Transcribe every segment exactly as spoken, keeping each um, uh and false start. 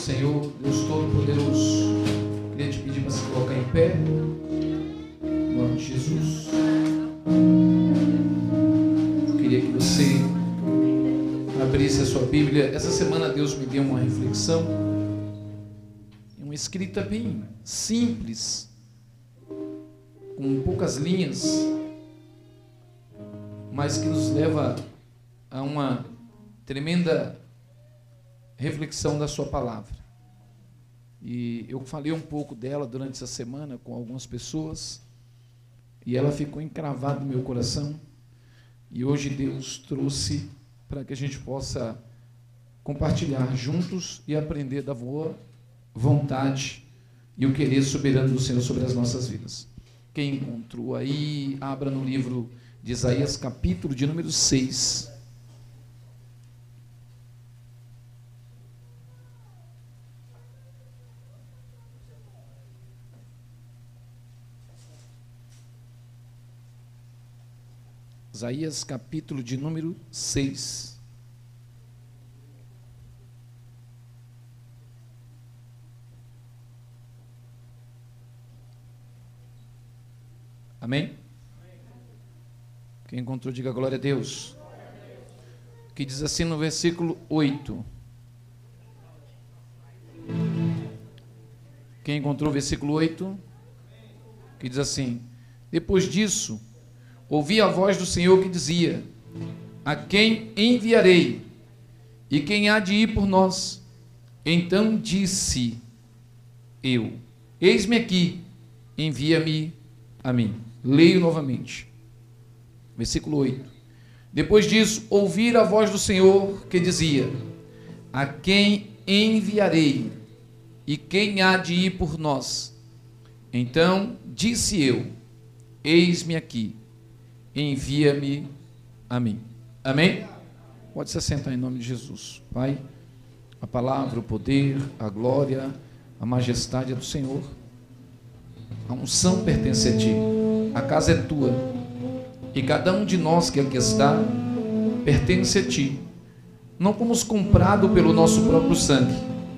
Senhor, Deus Todo-Poderoso. Queria te pedir para se colocar em pé, em nome de Jesus. Eu queria que você abrisse a sua Bíblia. Essa semana Deus me deu uma reflexão, uma escrita bem simples, com poucas linhas, mas que nos leva a uma tremenda reflexão da sua palavra. E eu falei um pouco dela durante essa semana com algumas pessoas, e ela ficou encravada no meu coração, e hoje Deus trouxe para que a gente possa compartilhar juntos e aprender da boa vontade e o querer soberano do Senhor sobre as nossas vidas. Quem encontrou aí, abra no livro de Isaías, capítulo de número seis. Isaías, capítulo de número seis. Amém? Quem encontrou, diga glória a Deus. Que diz assim no versículo oito. Quem encontrou o versículo oito? Que diz assim: depois disso, ouvi a voz do Senhor que dizia: a quem enviarei? E quem há de ir por nós? Então disse eu: eis-me aqui, envia-me a mim. Leio novamente. Versículo oito. Depois disso, ouvi a voz do Senhor que dizia: a quem enviarei? E quem há de ir por nós? Então disse eu: eis-me aqui, envia-me a mim. Amém? Pode se assentar em nome de Jesus. Pai, a palavra, o poder, a glória, a majestade é do Senhor. A unção pertence a Ti. A casa é Tua. E cada um de nós que aqui está pertence a Ti. Não fomos comprados pelo nosso próprio sangue.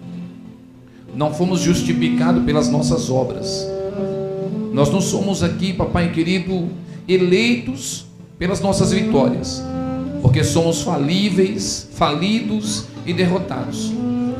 Não fomos justificados pelas nossas obras. Nós não somos aqui, papai querido, eleitos pelas nossas vitórias, porque somos falíveis, falidos e derrotados.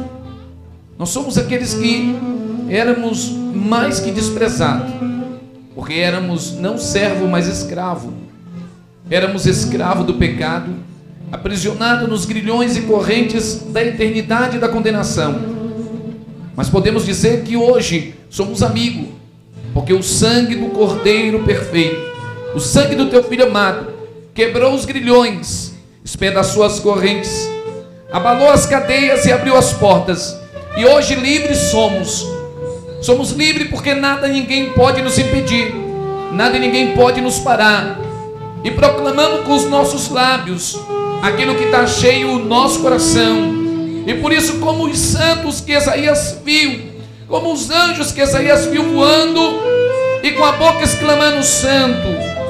Nós somos aqueles que éramos mais que desprezados, porque éramos não servo, mas escravo. Éramos escravo do pecado, aprisionado nos grilhões e correntes da eternidade e da condenação. Mas podemos dizer que hoje somos amigos, porque o sangue do Cordeiro perfeito, o sangue do Teu Filho amado, quebrou os grilhões, espedaçou as correntes, abalou as cadeias e abriu as portas. E hoje livres somos. Somos livres porque nada e ninguém pode nos impedir, nada e ninguém pode nos parar. E proclamamos com os nossos lábios aquilo que está cheio o nosso coração. E por isso, como os santos que Isaías viu, como os anjos que Isaías viu voando e com a boca exclamando: santo,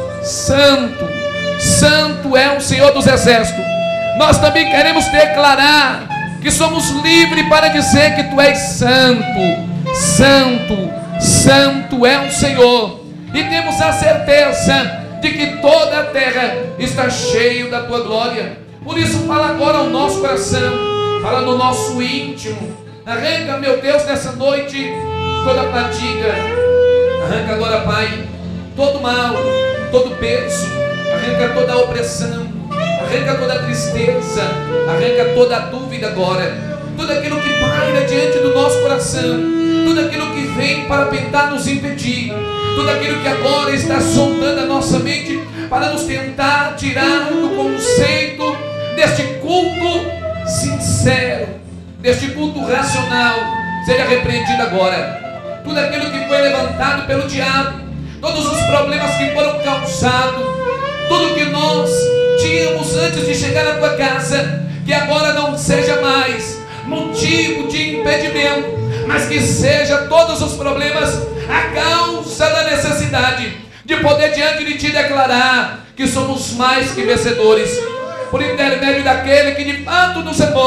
santo, santo é o Senhor dos exércitos, nós também queremos declarar que somos livres para dizer que Tu és santo, santo, santo é o Senhor. E temos a certeza de que toda a terra está cheia da Tua glória. Por isso, fala agora ao nosso coração, fala no nosso íntimo. Arranca, meu Deus, nessa noite toda a fadiga. Arranca agora, Pai, todo mal, todo peso. Arranca toda a opressão. Arranca toda a tristeza. Arranca toda a dúvida agora. Tudo aquilo que paira diante do nosso coração. Tudo aquilo que vem para tentar nos impedir. Tudo aquilo que agora está sondando a nossa mente para nos tentar tirar do conceito deste culto sincero, deste culto racional, seja repreendido agora. Tudo aquilo que foi levantado pelo diabo, todos os problemas que foram causados, tudo que nós tínhamos antes de chegar na Tua casa, que agora não seja mais motivo de impedimento, mas que seja todos os problemas a causa da necessidade de poder diante de Ti declarar que somos mais que vencedores, por intermédio daquele que de fato nos amou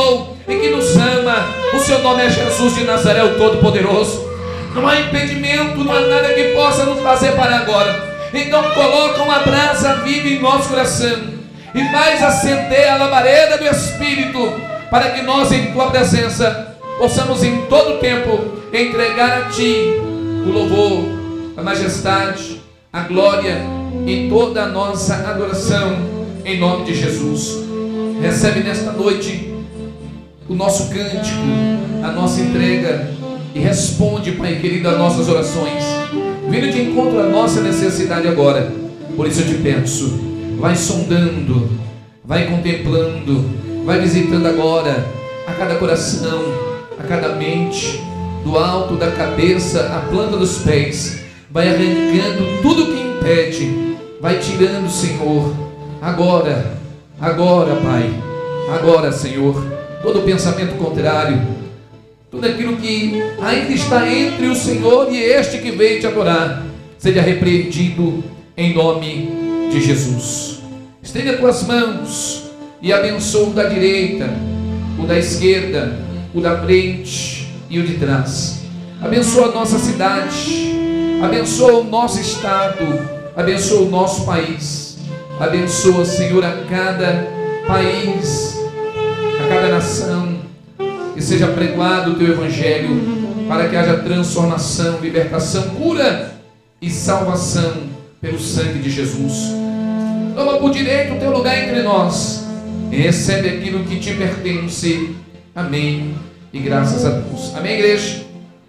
e que nos ama. O seu nome é Jesus de Nazaré, o Todo-Poderoso. Não há impedimento, não há nada que possa nos fazer parar agora. Então coloca uma brasa viva em nosso coração e faz acender a labareda do Espírito, para que nós em tua presença possamos em todo tempo entregar a ti o louvor, a majestade, a glória e toda a nossa adoração, em nome de Jesus. Recebe nesta noite o nosso cântico, a nossa entrega, e responde, Pai querido, as nossas orações, vindo de encontro à nossa necessidade agora. Por isso eu te peço, vai sondando, vai contemplando, vai visitando agora a cada coração, a cada mente, do alto da cabeça à planta dos pés, vai arrancando tudo que impede, vai tirando, Senhor, agora, agora, Pai, agora, Senhor, todo pensamento contrário, tudo aquilo que ainda está entre o Senhor e este que veio te adorar, seja repreendido em nome de Jesus. Estende as tuas mãos e abençoa o da direita, o da esquerda, o da frente e o de trás. Abençoa a nossa cidade, abençoa o nosso estado, abençoa o nosso país, abençoa, Senhor, a cada país, a cada nação, que seja pregado o teu evangelho, para que haja transformação, libertação, cura e salvação pelo sangue de Jesus. Toma por direito o teu lugar entre nós e recebe aquilo que te pertence. Amém e graças a Deus. Amém, igreja?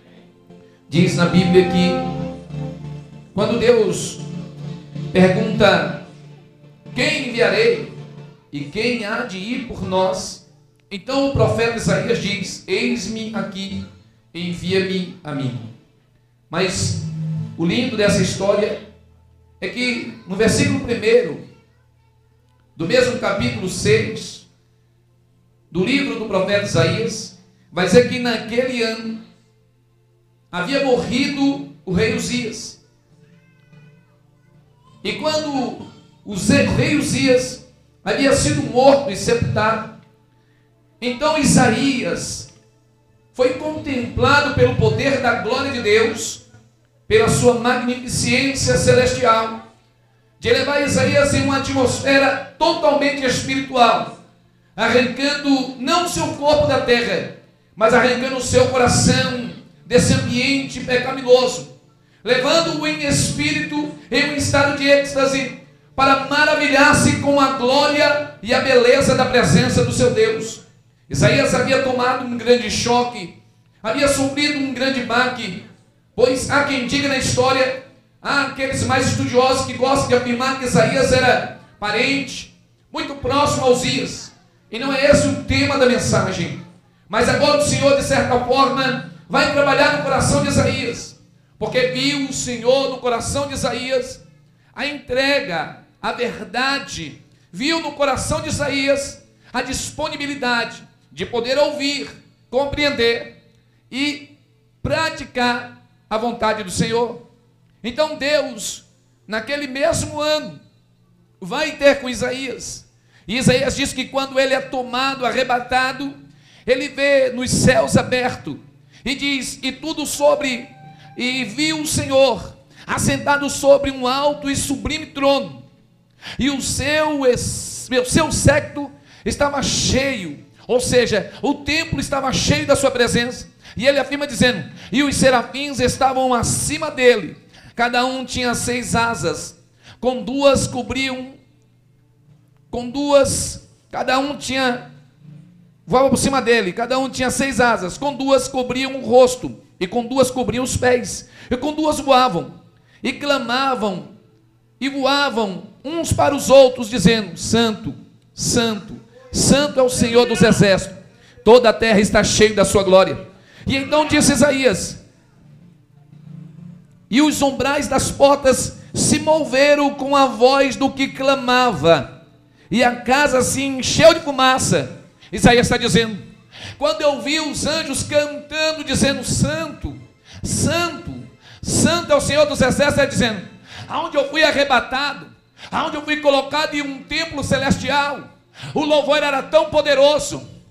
Diz na Bíblia que quando Deus pergunta: quem enviarei e quem há de ir por nós? Então o profeta Isaías diz: eis-me aqui, envia-me a mim. Mas o lindo dessa história é que no versículo primeiro do mesmo capítulo seis do livro do profeta Isaías, vai dizer que naquele ano havia morrido o rei Uzias. E quando o rei Uzias havia sido morto e sepultado, então Isaías foi contemplado pelo poder da glória de Deus, pela sua magnificência celestial, de elevar Isaías em uma atmosfera totalmente espiritual, arrancando não o seu corpo da terra, mas arrancando o seu coração desse ambiente pecaminoso, levando-o em espírito em um estado de êxtase, para maravilhar-se com a glória e a beleza da presença do seu Deus. Isaías havia tomado um grande choque, havia sofrido um grande baque, pois há quem diga na história, há aqueles mais estudiosos que gostam de afirmar que Isaías era parente, muito próximo a Uzias, e não é esse o tema da mensagem. Mas agora o Senhor, de certa forma, vai trabalhar no coração de Isaías, porque viu o Senhor no coração de Isaías a entrega, a verdade, viu no coração de Isaías a disponibilidade de poder ouvir, compreender e praticar a vontade do Senhor. Então Deus, naquele mesmo ano, vai ter com Isaías, e Isaías diz que quando ele é tomado, arrebatado, ele vê nos céus abertos, e diz, e tudo sobre, e viu o Senhor assentado sobre um alto e sublime trono, e o seu, o seu séquito estava cheio, ou seja, o templo estava cheio da sua presença, e ele afirma dizendo, e os serafins estavam acima dele, cada um tinha seis asas, com duas cobriam, com duas, cada um tinha, voava por cima dele, cada um tinha seis asas, com duas cobriam o rosto, e com duas cobriam os pés, e com duas voavam, e clamavam, e voavam uns para os outros, dizendo, santo, santo, santo é o Senhor dos exércitos, toda a terra está cheia da sua glória. E então disse Isaías, e os umbrais das portas se moveram com a voz do que clamava, e a casa se encheu de fumaça. Isaías está dizendo, quando eu vi os anjos cantando, dizendo, santo, santo, santo é o Senhor dos exércitos, está dizendo, aonde eu fui arrebatado, aonde eu fui colocado em um templo celestial, o louvor era tão poderoso,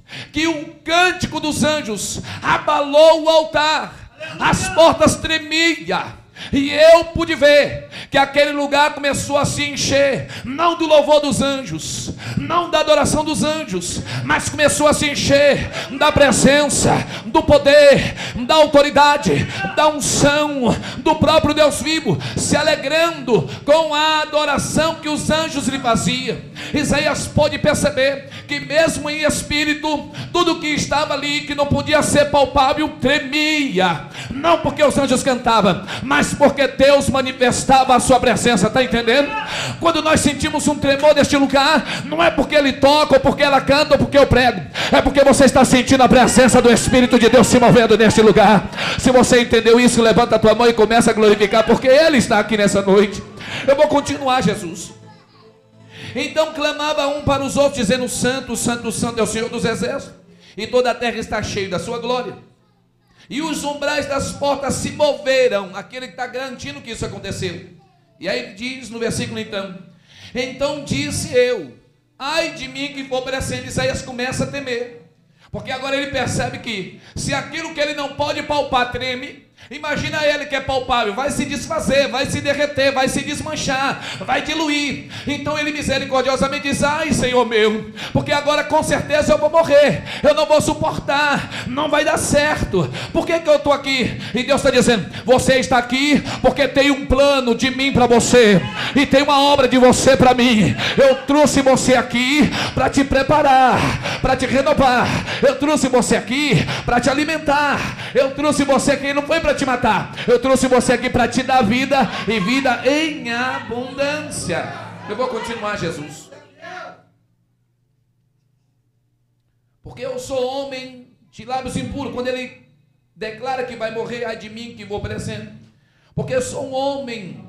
que o cântico dos anjos abalou o altar, as portas tremiam, e eu pude ver que aquele lugar começou a se encher, não do louvor dos anjos, não da adoração dos anjos, mas começou a se encher da presença, do poder, da autoridade, da unção do próprio Deus vivo, se alegrando com a adoração que os anjos lhe faziam. Isaías pôde perceber que mesmo em espírito, tudo que estava ali, que não podia ser palpável, tremia, não porque os anjos cantavam, mas porque Deus manifestava a sua presença. Está entendendo? Quando nós sentimos um tremor neste lugar, não é porque ele toca, ou porque ela canta, ou porque eu prego, é porque você está sentindo a presença do Espírito de Deus se movendo neste lugar. Se você entendeu isso, levanta a tua mão e começa a glorificar, porque Ele está aqui nessa noite. Eu vou continuar, Jesus. Então clamava um para os outros, dizendo: Santo, Santo, Santo é o Senhor dos exércitos, e toda a terra está cheia da sua glória. E os umbrais das portas se moveram. Aquele que está garantindo que isso aconteceu. E aí diz no versículo então: Então disse eu: ai de mim que vou perecendo. Isaías começa a temer, porque agora ele percebe que se aquilo que ele não pode palpar treme, imagina ele que é palpável, vai se desfazer, vai se derreter, vai se desmanchar, vai diluir. Então ele misericordiosamente diz: ai Senhor meu, porque agora com certeza eu vou morrer, eu não vou suportar, não vai dar certo. Por que que eu estou aqui? E Deus está dizendo: você está aqui porque tem um plano de mim para você, e tem uma obra de você para mim. Eu trouxe você aqui para te preparar, para te renovar. Eu trouxe você aqui para te alimentar. Eu trouxe você aqui, não foi para te matar, eu trouxe você aqui para te dar vida, e vida em abundância. Eu vou continuar, Jesus, porque eu sou homem de lábios impuros. Quando ele declara que vai morrer, ai de mim que vou perecendo, porque eu sou um homem,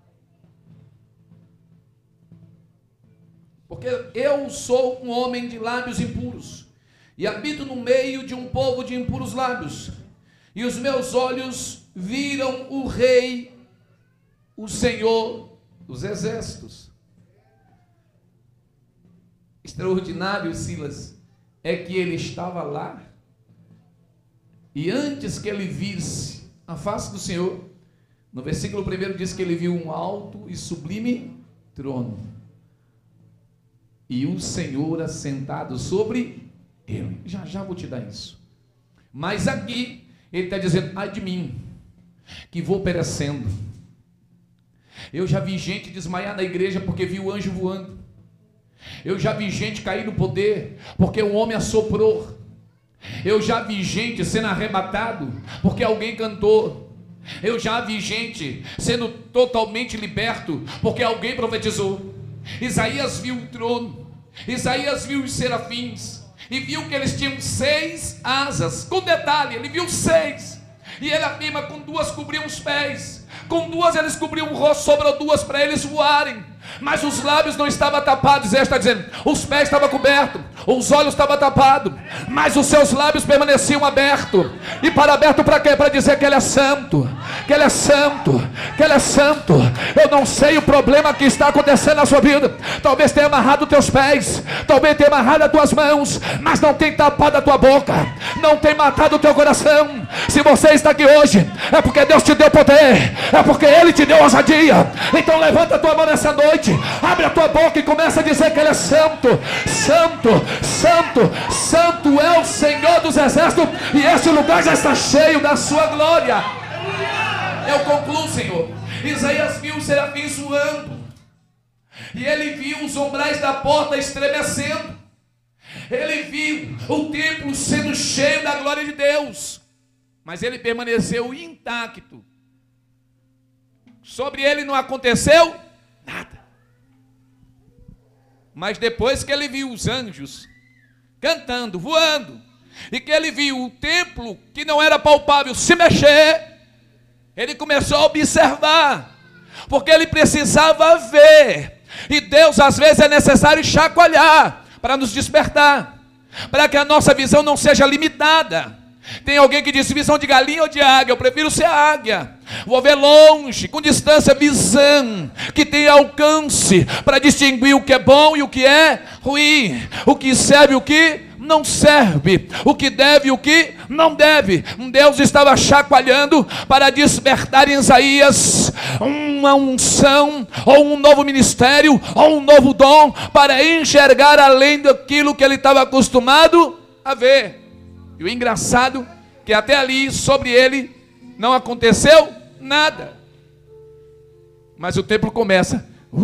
porque eu sou um homem de lábios impuros, e habito no meio de um povo de impuros lábios. E os meus olhos viram o Rei, o Senhor dos exércitos. Extraordinário, Silas, é que ele estava lá, e antes que ele visse a face do Senhor, no versículo primeiro diz que ele viu um alto e sublime trono, e o Senhor assentado sobre ele. Já já vou te dar isso. Mas aqui ele está dizendo: ai de mim, que vou perecendo. Eu já vi gente desmaiar na igreja porque viu o anjo voando. Eu já vi gente cair no poder porque um homem assoprou. Eu já vi gente sendo arrebatado porque alguém cantou. Eu já vi gente sendo totalmente liberto porque alguém profetizou. Isaías viu o trono, Isaías viu os serafins, e viu que eles tinham seis asas. Com detalhe, ele viu seis, e ele afirma: com duas cobriam os pés, com duas eles cobriam o rosto, sobrou duas para eles voarem. Mas os lábios não estavam tapados. Ele está dizendo: os pés estavam cobertos, os olhos estavam tapados, mas os seus lábios permaneciam abertos. E para aberto para quê? Para dizer que ele é santo, que ele é santo, que ele é santo. Eu não sei o problema que está acontecendo na sua vida. Talvez tenha amarrado os teus pés, talvez tenha amarrado as tuas mãos, mas não tem tapado a tua boca, não tem matado o teu coração. Se você está aqui hoje, é porque Deus te deu poder, é porque Ele te deu ousadia. Então levanta a tua mão nessa noite, abre a tua boca e começa a dizer que Ele é santo, santo, santo, santo é o Senhor dos exércitos, e esse lugar já está cheio da sua glória. Eu concluo, Senhor. Isaías viu os serafins voando, e ele viu os umbrais da porta estremecendo. Ele viu o templo sendo cheio da glória de Deus, mas ele permaneceu intacto. Sobre ele não aconteceu nada. Mas depois que ele viu os anjos cantando, voando, e que ele viu o templo que não era palpável se mexer, ele começou a observar, porque ele precisava ver. E Deus às vezes é necessário chacoalhar para nos despertar, para que a nossa visão não seja limitada. Tem alguém que diz: visão de galinha ou de águia? Eu prefiro ser águia. Vou ver longe, com distância, visão que tem alcance para distinguir o que é bom e o que é ruim, o que serve e o que não serve, o que deve e o que não deve. Deus estava chacoalhando para despertar em Isaías uma unção, ou um novo ministério, ou um novo dom, para enxergar além daquilo que ele estava acostumado a ver. E o engraçado é que até ali sobre ele não aconteceu nada. Mas o templo começa.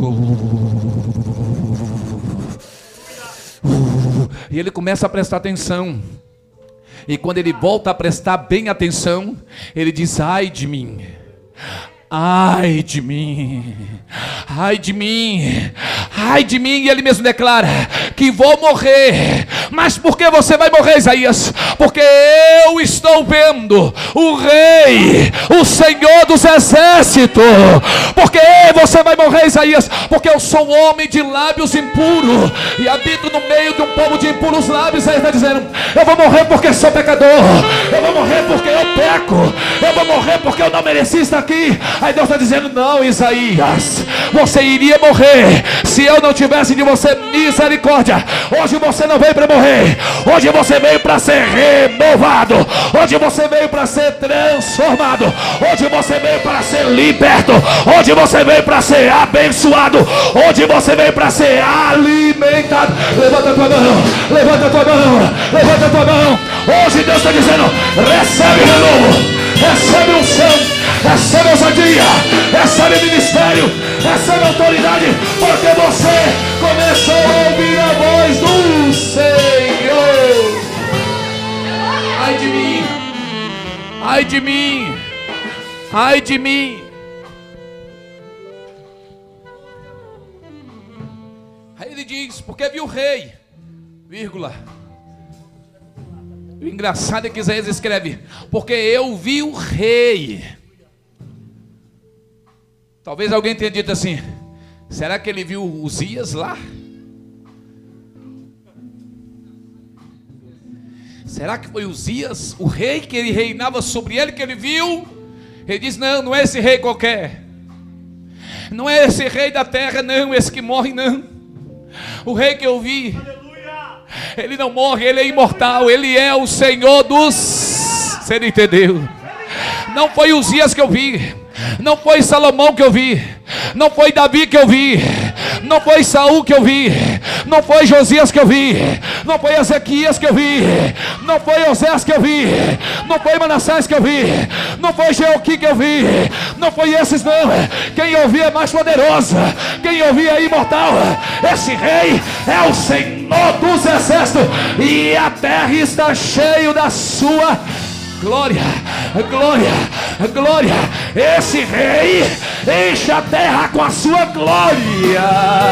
E ele começa a prestar atenção. E quando ele volta a prestar bem atenção, ele diz: ai de mim, ai de mim, ai de mim, ai de mim. E ele mesmo declara que vou morrer. Mas por que você vai morrer, Isaías? Porque eu estou vendo o Rei, o Senhor dos Exércitos. Porque você vai morrer, Isaías? Porque eu sou um homem de lábios impuros e habito no meio de um povo de impuros lábios. Aí está dizendo: eu vou morrer porque sou pecador, eu vou morrer porque eu peco, eu vou morrer porque eu não mereci estar aqui. Aí Deus está dizendo: não, Isaías, você iria morrer se eu não tivesse de você misericórdia. Hoje você não veio para morrer, hoje você veio para ser renovado, hoje você veio para ser transformado, hoje você veio para ser liberto, hoje você veio para ser abençoado, hoje você veio para ser alimentado. Levanta a tua mão, levanta a tua mão, levanta a tua mão. Hoje Deus está dizendo: recebe renovo, recebe unção, recebe ousadia, recebe ministério, recebe autoridade, porque você começou a ouvir a voz do Senhor. Ai de mim, ai de mim, ai de mim. Aí ele diz: porque viu o rei, vírgula. O engraçado é que Isaías escreve: porque eu vi o rei. Talvez alguém tenha dito assim: será que ele viu Uzias lá? Será que foi Uzias, o rei que ele reinava sobre ele, que ele viu? Ele diz: não, não é esse rei qualquer, não é esse rei da terra, não, esse que morre, não. O rei que eu vi, ele não morre, ele é imortal, ele é o Senhor dos... Você não entendeu? Não foi Uzias que eu vi, não foi Salomão que eu vi, não foi Davi que eu vi, não foi Saul que eu vi, não foi Josias que eu vi, não foi Ezequias que eu vi, não foi Osés que eu vi, não foi Manassés que eu vi, não foi Jeoqui que eu vi, não foi esses não. Quem eu vi é mais poderoso, quem eu vi é imortal. Esse rei é o Senhor dos Exércitos, e a terra está cheia da sua glória, glória, glória. Esse rei enche a terra com a sua glória.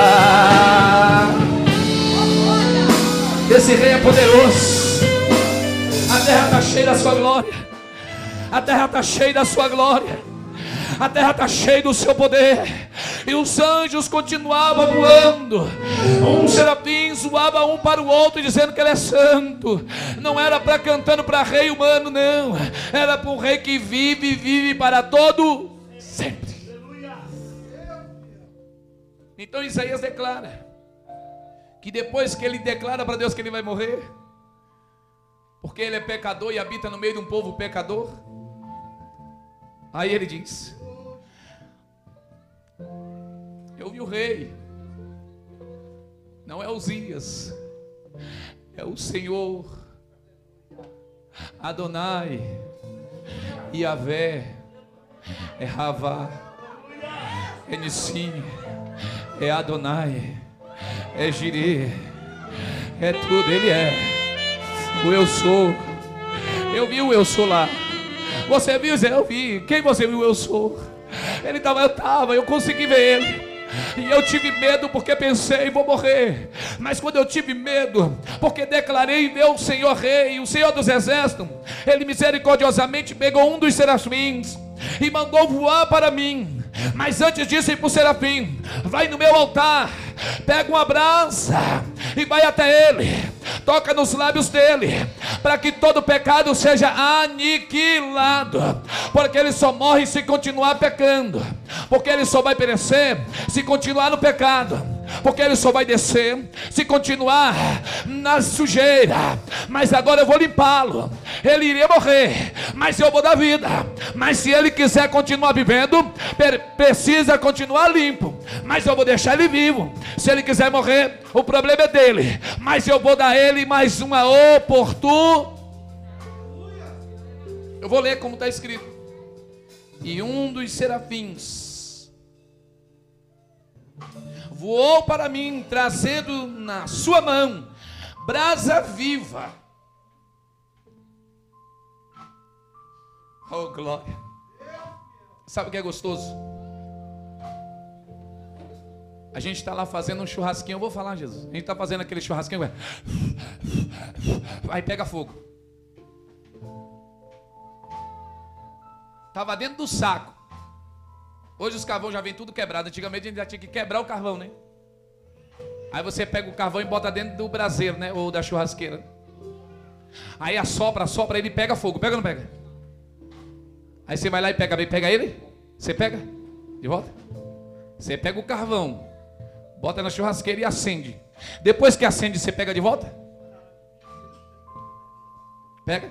Esse rei é poderoso. A terra está cheia da sua glória. A terra está cheia da sua glória. A terra está cheia do seu poder. E os anjos continuavam voando. Um serafim zoava um para o outro, dizendo que ele é santo. Não era para cantando para rei humano, não. Era para um rei que vive e vive para todo sempre. Então Isaías declara que depois que ele declara para Deus que ele vai morrer, porque ele é pecador e habita no meio de um povo pecador, aí ele diz: eu vi o rei, não é Uzias, é o Senhor, Adonai, Yahvé, é Ravá, é Nissim, é Adonai, é Jireh, é tudo, ele é o eu sou. Eu vi o eu sou lá. Você viu? Eu vi. Quem você viu? Eu sou. Ele estava, eu estava, eu consegui ver ele. E eu tive medo porque pensei, vou morrer. Mas quando eu tive medo, porque declarei ver o Senhor Rei, o Senhor dos Exércitos, ele misericordiosamente pegou um dos serafins e mandou voar para mim. Mas antes disso, ir para o serafim: vai no meu altar, pega uma brasa e vai até ele, toca nos lábios dele, para que todo pecado seja aniquilado, porque ele só morre se continuar pecando, porque ele só vai perecer se continuar no pecado, porque ele só vai descer se continuar na sujeira. Mas agora eu vou limpá-lo. Ele iria morrer, mas eu vou dar vida. Mas se ele quiser continuar vivendo, precisa continuar limpo, mas eu vou deixar ele vivo. Se ele quiser morrer, o problema é dele, mas eu vou dar a ele mais uma oportunidade. Eu vou ler como está escrito. E um dos serafins voou para mim, trazendo na sua mão brasa viva. Oh, glória. Sabe o que é gostoso? A gente está lá fazendo um churrasquinho. Eu vou falar, Jesus. A gente está fazendo aquele churrasquinho. Vai. Aí pega fogo. Estava dentro do saco. Hoje os carvões já vêm tudo quebrado. Antigamente a gente já tinha que quebrar o carvão, né? Aí você pega o carvão e bota dentro do braseiro, né? Ou da churrasqueira. Aí assopra, assopra, ele pega fogo. Pega ou não pega? Aí você vai lá e pega. Pega ele? Você pega? De volta? Você pega o carvão, bota na churrasqueira e acende. Depois que acende, você pega de volta? Pega.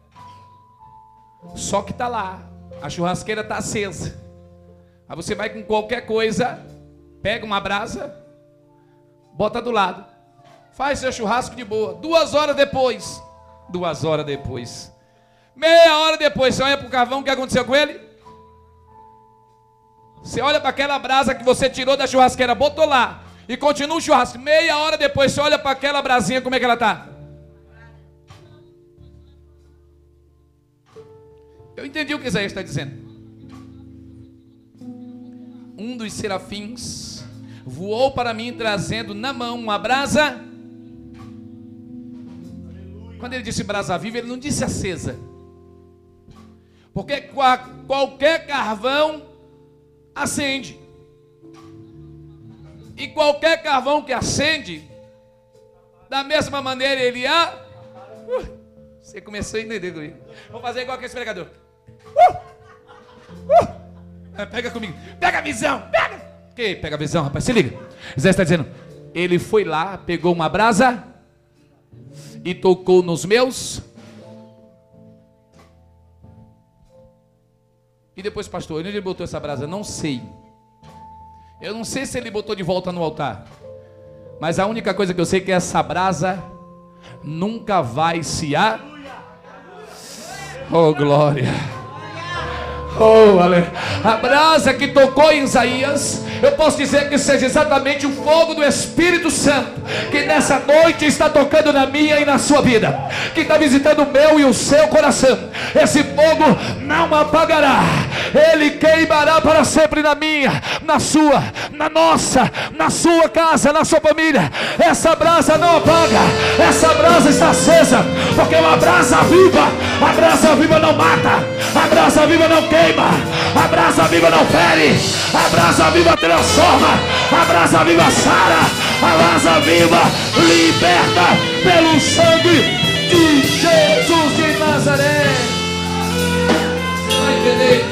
Só que está lá, a churrasqueira está acesa. Aí você vai com qualquer coisa, pega uma brasa, bota do lado, faz seu churrasco de boa. Duas horas depois, duas horas depois, meia hora depois, você olha para o carvão, o que aconteceu com ele? Você olha para aquela brasa que você tirou da churrasqueira, botou lá, e continua o churrasco. Meia hora depois, você olha para aquela brasinha, como é que ela está? Eu entendi o que Isaías está dizendo. Um dos serafins voou para mim, trazendo na mão uma brasa. Quando ele disse brasa viva, ele não disse acesa, porque qualquer carvão acende, e qualquer carvão que acende, da mesma maneira ele a... Uh, você começou a entender comigo. Vou fazer igual aquele pregador. Uh, uh, é, pega comigo, pega a visão, pega. Que pega a visão, rapaz, se liga. Zé está dizendo, ele foi lá, pegou uma brasa e tocou nos meus. E depois, pastor, onde ele botou essa brasa? Não sei. Eu não sei se ele botou de volta no altar. Mas a única coisa que eu sei é que essa brasa nunca vai se a... Oh, glória. Oh, aleluia. A brasa que tocou em Isaías, eu posso dizer que seja exatamente o fogo do Espírito Santo, que nessa noite está tocando na minha e na sua vida, que está visitando o meu e o seu coração. Esse fogo não apagará, ele queimará para sempre na minha, na sua, na nossa, na sua casa, na sua família. Essa brasa não apaga, essa brasa está acesa, porque é uma brasa viva. A brasa viva não mata, a brasa viva não queima, a brasa viva não fere, a brasa viva transforma, a brasa viva sara, a brasa viva liberta pelo sangue de Jesus de Nazaré. Você vai entender?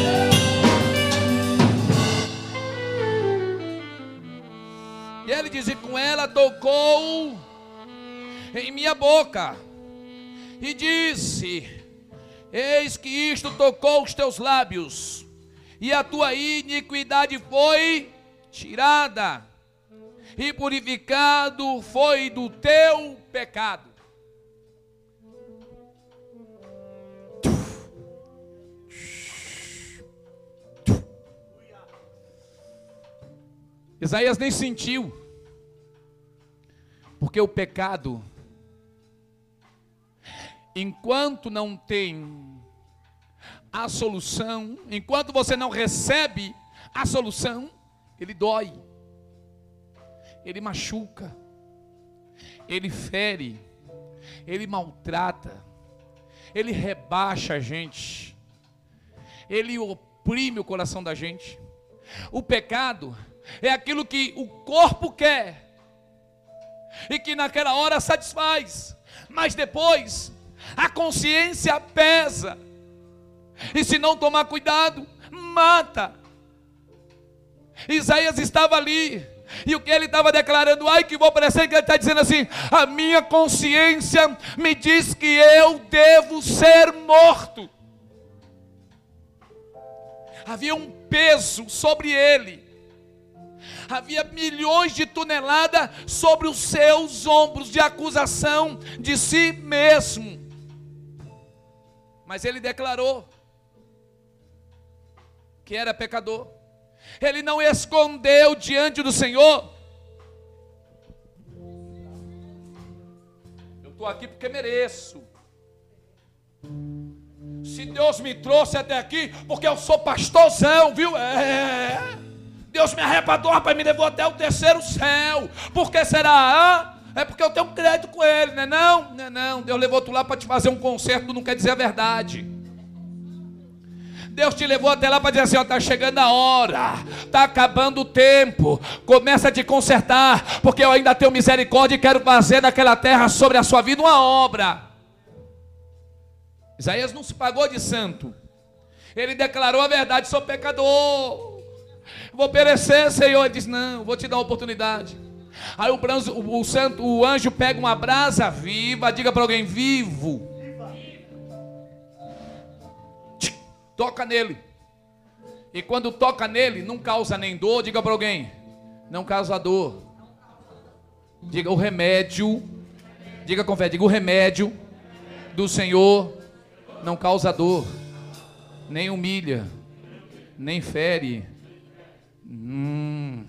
E ele diz, e com ela tocou em minha boca e disse, eis que isto tocou os teus lábios, e a tua iniquidade foi tirada, e purificado foi do teu pecado. Isaías nem sentiu, porque o pecado, enquanto não tem a solução, enquanto você não recebe a solução, ele dói, ele machuca, ele fere, ele maltrata, ele rebaixa a gente, ele oprime o coração da gente. O pecado é aquilo que o corpo quer e que naquela hora satisfaz, mas depois a consciência pesa, e se não tomar cuidado, mata. Isaías estava ali, E o que ele estava declarando, ai que vou parecer que ele está dizendo assim: a minha consciência me diz que eu devo ser morto. Havia um peso sobre ele, havia milhões de toneladas sobre os seus ombros de acusação de si mesmo. Mas ele declarou que era pecador. Ele não escondeu diante do Senhor. Eu estou aqui porque mereço. Se Deus me trouxe até aqui, porque eu sou pastorzão, viu? É. Deus me arrebatou, rapaz, me levou até o terceiro céu. Por que será? Ah, é porque eu tenho crédito com ele, não é não? Não é não. Deus levou tu lá para te fazer um conserto, não quer dizer a verdade. Deus te levou até lá para dizer assim: ó, está chegando a hora, está acabando o tempo, começa a te consertar, porque eu ainda tenho misericórdia e quero fazer naquela terra sobre a sua vida uma obra. Isaías não se pagou de santo, ele declarou a verdade: sou pecador, vou perecer, Senhor. Ele diz: não, vou te dar uma oportunidade. Aí o, branzo, o, o, santo, o anjo pega uma brasa viva, diga para alguém: vivo. Toca nele. E quando toca nele, não causa nem dor. Diga para alguém: não causa dor. Diga: o remédio. Diga com fé: diga: o remédio do Senhor não causa dor, nem humilha, nem fere. Hum.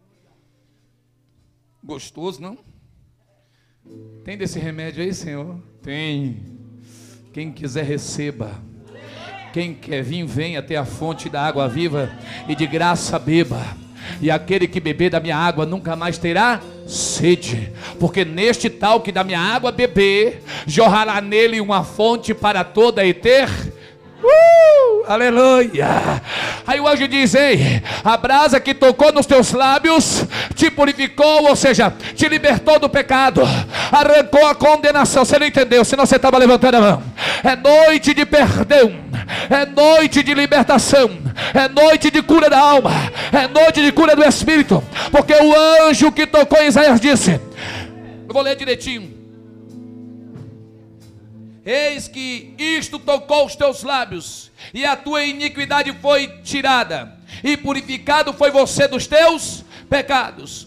Gostoso, não? Tem desse remédio aí, Senhor? Tem. Quem quiser, receba. Quem quer vir, venha até a fonte da água viva e de graça beba. E aquele que beber da minha água nunca mais terá sede, porque neste tal que da minha água beber, jorrará nele uma fonte para toda a eternidade. Uh, aleluia. Aí o anjo diz: ei, a brasa que tocou nos teus lábios te purificou, ou seja, te libertou do pecado, arrancou a condenação. Você não entendeu? Senão você estava levantando a mão. É noite de perdão, é noite de libertação, é noite de cura da alma, é noite de cura do espírito, porque o anjo que tocou em Isaías disse, eu vou ler direitinho: eis que isto tocou os teus lábios, e a tua iniquidade foi tirada, e purificado foi você dos teus pecados.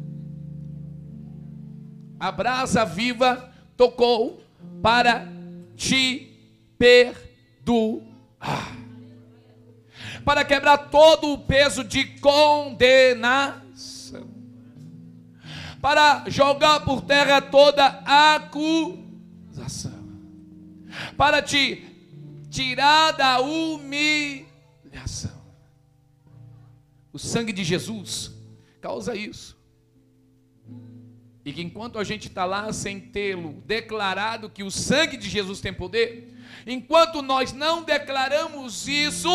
A brasa viva tocou para te perdoar, para quebrar todo o peso de condenação, para jogar por terra toda acusação, para te tirar da humilhação. O sangue de Jesus causa isso. E que enquanto a gente está lá sem tê-lo declarado que o sangue de Jesus tem poder, enquanto nós não declaramos isso,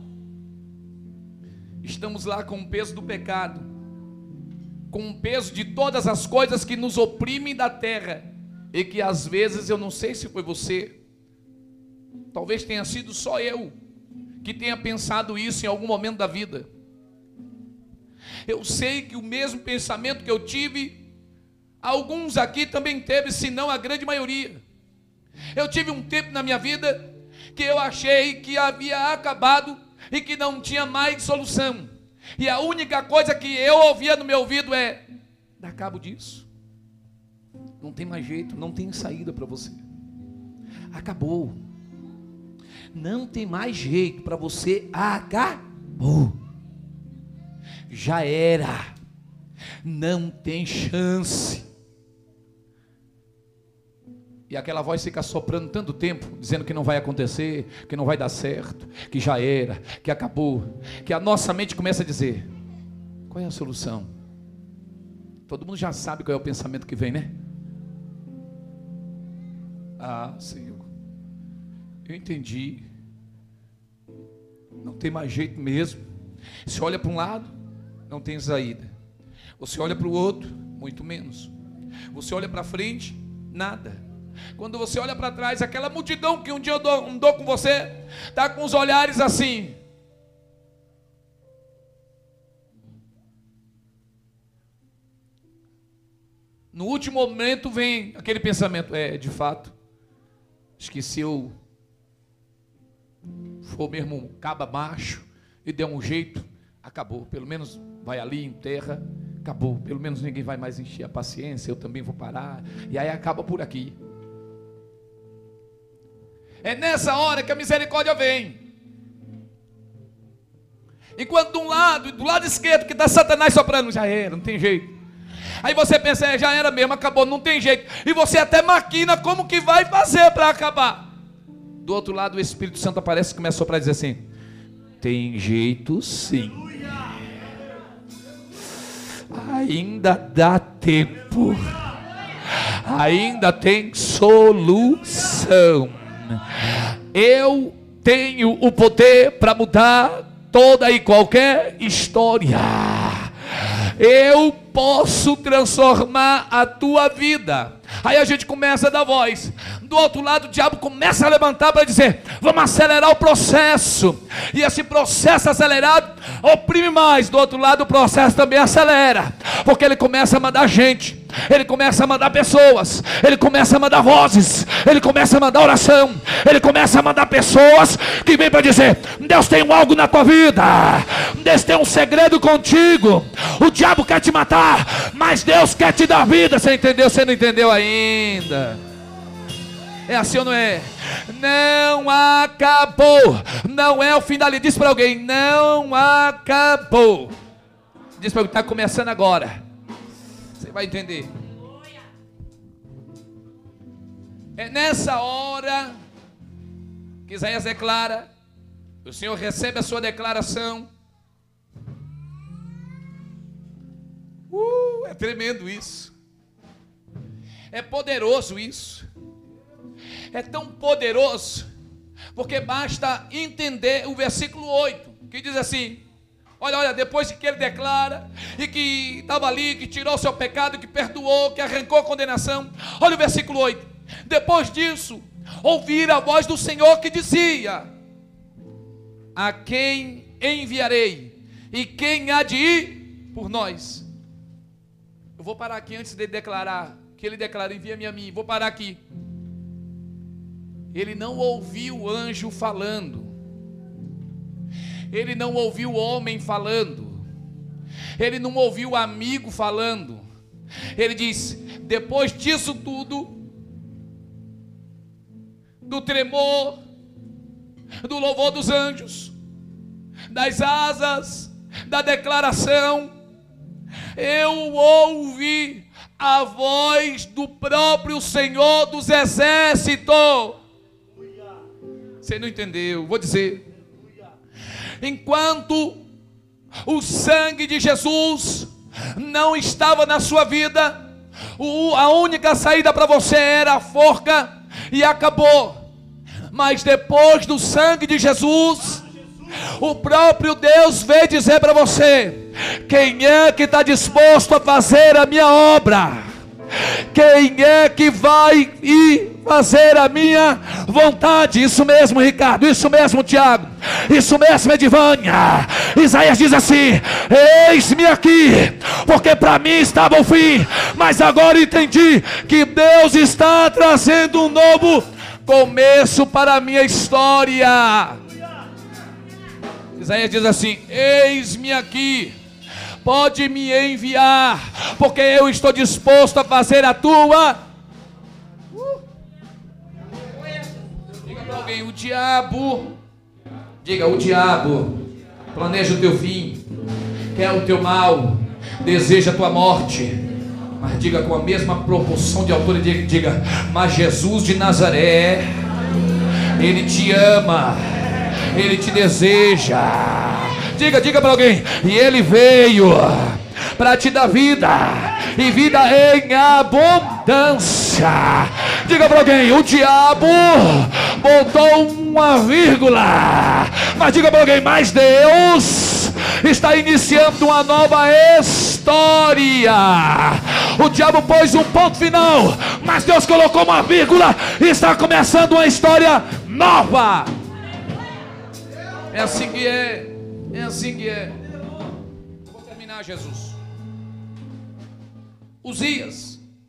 estamos lá com o peso do pecado, com o peso de todas as coisas que nos oprimem da terra, e que às vezes, eu não sei se foi você, talvez tenha sido só eu que tenha pensado isso em algum momento da vida. Eu sei que o mesmo pensamento que eu tive, alguns aqui também teve, se não a grande maioria. Eu tive um tempo na minha vida que eu achei que havia acabado e que não tinha mais solução, e a única coisa que eu ouvia no meu ouvido é: dá cabo disso, não tem mais jeito, não tem saída para você, acabou, não tem mais jeito para você, acabou, já era, não tem chance. E aquela voz fica soprando tanto tempo, dizendo que não vai acontecer, que não vai dar certo, que já era, que acabou, que a nossa mente começa a dizer: qual é a solução? Todo mundo já sabe qual é o pensamento que vem, né? Ah, Senhor, eu entendi, não tem mais jeito mesmo. Você olha para um lado, não tem saída. Você olha para o outro, muito menos. Você olha para frente, nada. Quando você olha para trás, aquela multidão que um dia andou, andou com você, está com os olhares assim. no último momento vem aquele pensamento: é, de fato, acho que se eu for mesmo um caba macho e der um jeito, acabou, pelo menos vai ali, enterra, acabou, pelo menos ninguém vai mais encher a paciência, eu também vou parar, e aí acaba por aqui. É nessa hora que a misericórdia vem. Enquanto de um lado, do lado esquerdo, que está Satanás soprando, já era, não tem jeito. Aí você pensa: é, já era mesmo, acabou, não tem jeito. E você até maquina como que vai fazer para acabar. Do outro lado, o Espírito Santo aparece e começa a soprar e dizer assim: tem jeito sim. Ainda dá tempo. Ainda tem solução. Eu tenho o poder para mudar toda e qualquer história. Eu posso transformar a tua vida. Aí a gente começa a dar voz. Do outro lado, o diabo começa a levantar para dizer: vamos acelerar o processo. E esse processo acelerado oprime mais. Do outro lado, o processo também acelera, porque ele começa a mandar gente, ele começa a mandar pessoas, ele começa a mandar vozes, ele começa a mandar oração, ele começa a mandar pessoas que vêm para dizer: Deus tem algo na tua vida, Deus tem um segredo contigo. O diabo quer te matar, mas Deus quer te dar vida. Você entendeu? Você não entendeu ainda? É assim ou não é? Não acabou. Não é o fim da linha. Diz para alguém: não acabou. Diz para alguém: está começando agora. Você vai entender. É nessa hora que Isaías declara, o Senhor recebe a sua declaração. Uh, é tremendo isso. É poderoso isso. É tão poderoso, porque basta entender o versículo oito, que diz assim: olha, olha, depois que ele declara, e que estava ali, que tirou o seu pecado, que perdoou, que arrancou a condenação. Olha o versículo oito. Depois disso, ouvi a voz do Senhor que dizia: a quem enviarei? E quem há de ir por nós? Eu vou parar aqui antes de declarar, que ele declara: envia-me a mim. Vou parar aqui. Ele não ouviu o anjo falando, ele não ouviu o homem falando, ele não ouviu o amigo falando. Ele diz: depois disso tudo, do tremor, do louvor dos anjos, das asas, da declaração, eu ouvi a voz do próprio Senhor dos Exércitos. Você não entendeu? Vou dizer: enquanto o sangue de Jesus não estava na sua vida, a única saída para você era a forca, e acabou. Mas depois do sangue de Jesus, o próprio Deus veio dizer para você: quem é que está disposto a fazer a minha obra? Quem é que vai ir fazer a minha vontade? Isso mesmo, Ricardo, isso mesmo, Tiago, isso mesmo, Edivânia. Isaías diz assim: eis-me aqui, porque para mim estava o fim, mas agora entendi que Deus está trazendo um novo começo para a minha história. Isaías diz assim: eis-me aqui, pode me enviar, porque eu estou disposto a fazer a tua. Uh. Diga para alguém: o diabo, diga, o diabo planeja o teu fim, quer o teu mal, deseja a tua morte. Mas diga com a mesma proporção de altura, diga, diga: mas Jesus de Nazaré, Ele te ama, Ele te deseja. Diga, diga para alguém: e Ele veio para te dar vida, e vida em abundância. Diga para alguém: o diabo botou uma vírgula, mas diga para alguém: mas Deus está iniciando uma nova história. O diabo pôs um ponto final, mas Deus colocou uma vírgula e está começando uma história nova. É assim que é. É assim que é. Vou terminar, Jesus. Uzias,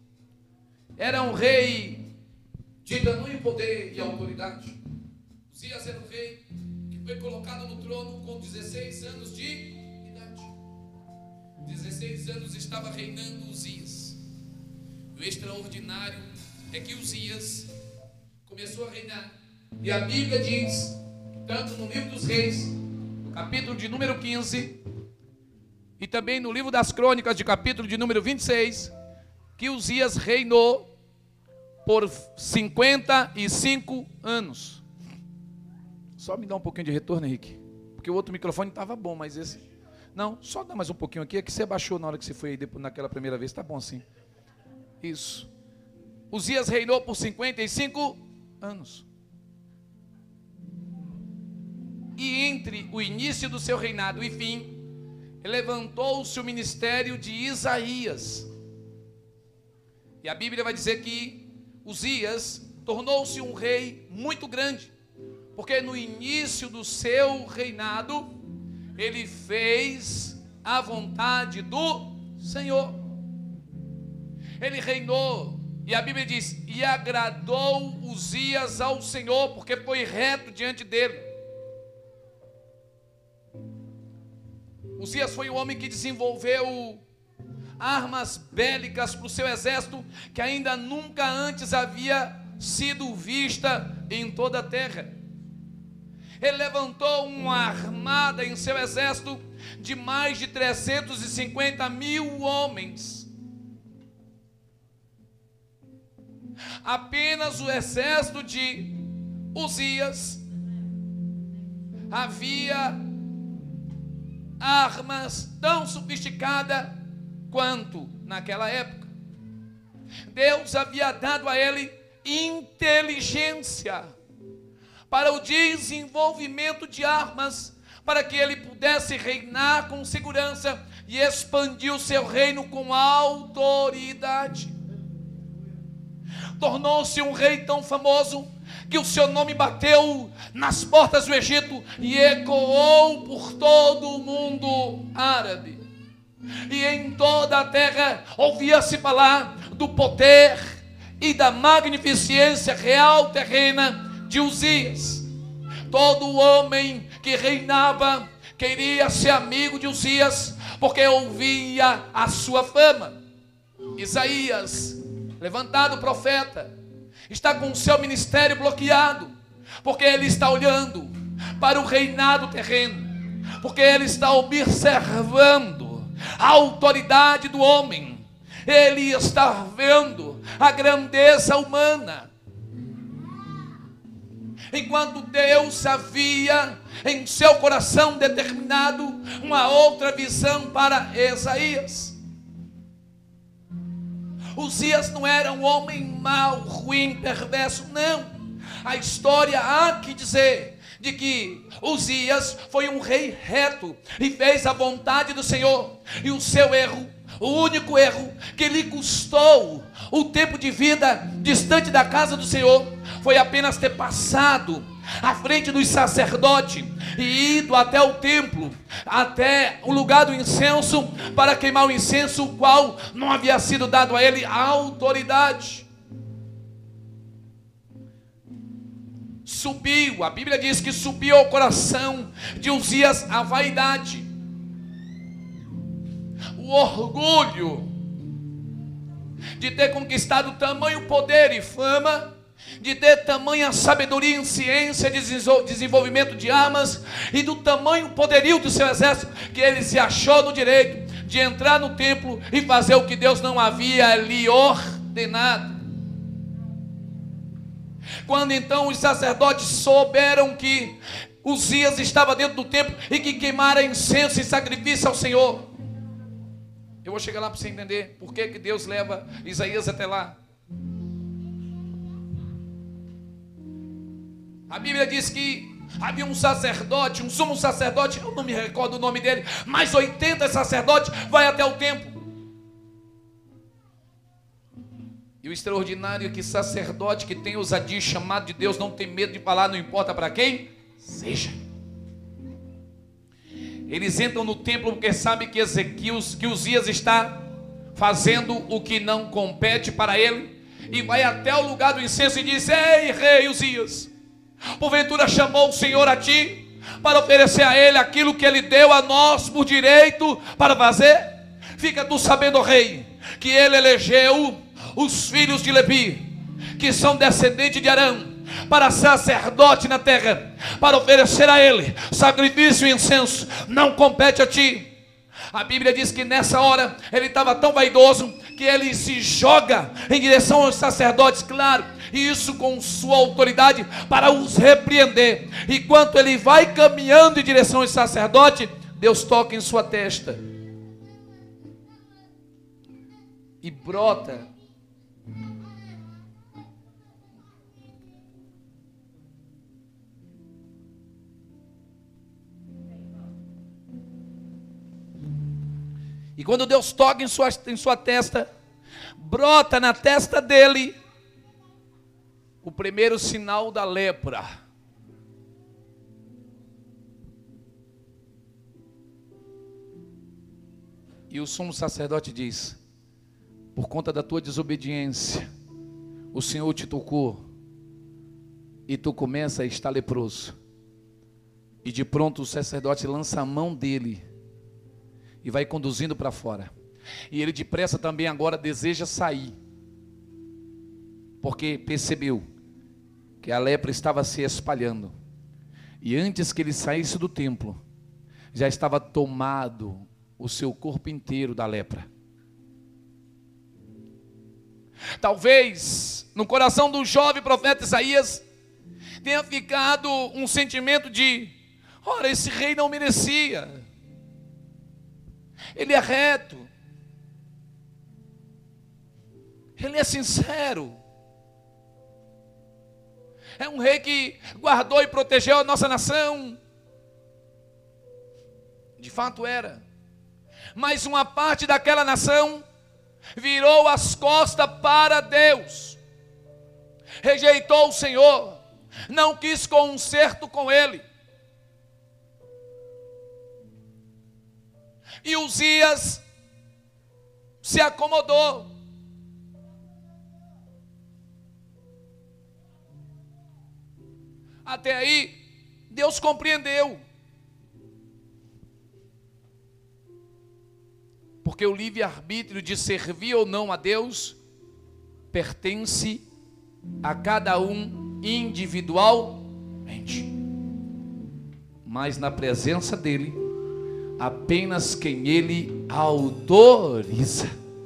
era um rei de tamanho poder e autoridade. Uzias era um rei que foi colocado no trono com dezesseis anos de idade. dezesseis anos estava reinando Uzias. O extraordinário é que Uzias começou a reinar. E a Bíblia diz, tanto no livro dos reis, no capítulo de número quinze, e também no livro das crônicas, de capítulo de número vinte e seis, que Uzias reinou por cinquenta e cinco anos. Só me dá um pouquinho de retorno, Henrique, porque o outro microfone estava bom, mas esse... Não, só dá mais um pouquinho aqui, é que você baixou na hora que você foi aí, depois, naquela primeira vez, tá bom assim. Isso. Uzias reinou por cinquenta e cinco anos. E entre o início do seu reinado e fim, levantou-se o ministério de Isaías. E a Bíblia vai dizer que Uzias tornou-se um rei muito grande, porque no início do seu reinado, ele fez a vontade do Senhor. Ele reinou, e a Bíblia diz, e agradou Uzias ao Senhor, porque foi reto diante dele. Uzias foi o homem que desenvolveu armas bélicas para o seu exército, que ainda nunca antes havia sido vista em toda a terra. Ele levantou uma armada em seu exército de mais de trezentos e cinquenta mil homens. Apenas o exército de Uzias havia armas tão sofisticadas quanto naquela época. Deus havia dado a ele inteligência para o desenvolvimento de armas, para que ele pudesse reinar com segurança e expandir o seu reino com autoridade. Tornou-se um rei tão famoso que o seu nome bateu nas portas do Egito e ecoou por todo o mundo árabe. E em toda a terra ouvia-se falar do poder e da magnificência real terrena de Uzias. Todo homem que reinava queria ser amigo de Uzias, porque ouvia a sua fama. Isaías, levantado profeta, está com o seu ministério bloqueado, porque ele está olhando para o reinado terreno, porque ele está observando a autoridade do homem, ele está vendo a grandeza humana, enquanto Deus havia em seu coração determinado uma outra visão para Isaías. Uzias não era um homem mau, ruim, perverso, não. A história há que dizer de que Uzias foi um rei reto e fez a vontade do Senhor. E o seu erro, o único erro que lhe custou o tempo de vida distante da casa do Senhor, foi apenas ter passado à frente dos sacerdotes e ido até o templo, até o lugar do incenso, para queimar o incenso, o qual não havia sido dado a ele a autoridade. Subiu, a Bíblia diz que subiu ao coração de Uzias a vaidade, o orgulho de ter conquistado tamanho poder e fama, de ter tamanha sabedoria em ciência, desenvolvimento de armas, e do tamanho poderio do seu exército, que ele se achou no direito de entrar no templo e fazer o que Deus não havia lhe ordenado. Quando então os sacerdotes souberam que Uzias estava dentro do templo e que queimara incenso e sacrifício ao Senhor, eu vou chegar lá para você entender por que que Deus leva Isaías até lá. A Bíblia diz que havia um sacerdote, um sumo sacerdote, eu não me recordo o nome dele, mas oitenta sacerdotes vai até o templo. E o extraordinário é que sacerdote que tem ousadia e chamado de Deus não tem medo de falar, não importa para quem seja. Eles entram no templo porque sabem que Ezequias, que Uzias está fazendo o que não compete para ele, e vai até o lugar do incenso e diz: ei, rei Uzias, porventura chamou o Senhor a ti para oferecer a ele aquilo que ele deu a nós por direito para fazer? Fica tu sabendo, rei, que ele elegeu os filhos de Levi, que são descendentes de Arão, para sacerdote na terra, para oferecer a ele sacrifício e incenso. Não compete a ti. A Bíblia diz que nessa hora ele estava tão vaidoso que ele se joga em direção aos sacerdotes, claro, e isso com sua autoridade, para os repreender. E quando ele vai caminhando em direção aos sacerdotes, Deus toca em sua testa e brota E quando Deus toca em sua, em sua testa, brota na testa dele o primeiro sinal da lepra. E o sumo sacerdote diz: por conta da tua desobediência, o Senhor te tocou, e tu começa a estar leproso. E de pronto o sacerdote lança a mão dele e vai conduzindo para fora. E ele depressa também agora deseja sair, porque percebeu que a lepra estava se espalhando. E antes que ele saísse do templo, já estava tomado o seu corpo inteiro da lepra. Talvez no coração do jovem profeta Isaías tenha ficado um sentimento de: ora, esse rei não merecia. Ele é reto, ele é sincero, é um rei que guardou e protegeu a nossa nação. De fato era, mas uma parte daquela nação virou as costas para Deus, rejeitou o Senhor, não quis conserto com ele. E Uzias se acomodou. Até aí, Deus compreendeu. Porque o livre-arbítrio de servir ou não a Deus pertence a cada um individualmente. Mas na presença dele, apenas quem ele autoriza.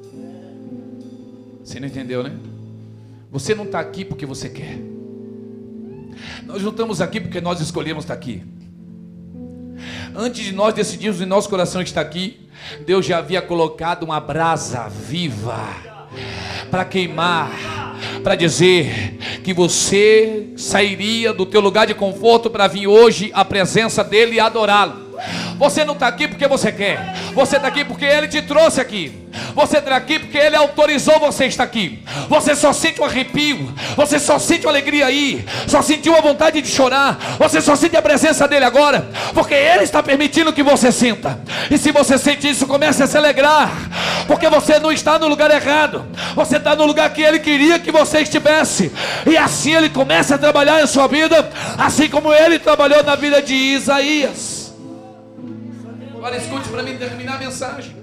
Você não entendeu, né? Você não está aqui porque você quer. Nós não estamos aqui porque nós escolhemos estar aqui. Antes de nós decidirmos em nosso coração estar aqui, Deus já havia colocado uma brasa viva para queimar, para dizer que você sairia do teu lugar de conforto para vir hoje à presença dele e adorá-lo. Você não está aqui porque você quer. Você está aqui porque ele te trouxe aqui. Você está aqui porque ele autorizou você estar aqui. Você só sente um arrepio. Você só sente uma alegria aí. Só sentiu a vontade de chorar. Você só sente a presença dele agora porque ele está permitindo que você sinta. E se você sente isso, comece a se alegrar, porque você não está no lugar errado. Você está no lugar que ele queria que você estivesse. E assim ele começa a trabalhar em sua vida, assim como ele trabalhou na vida de Isaías. Agora escute para mim terminar a mensagem.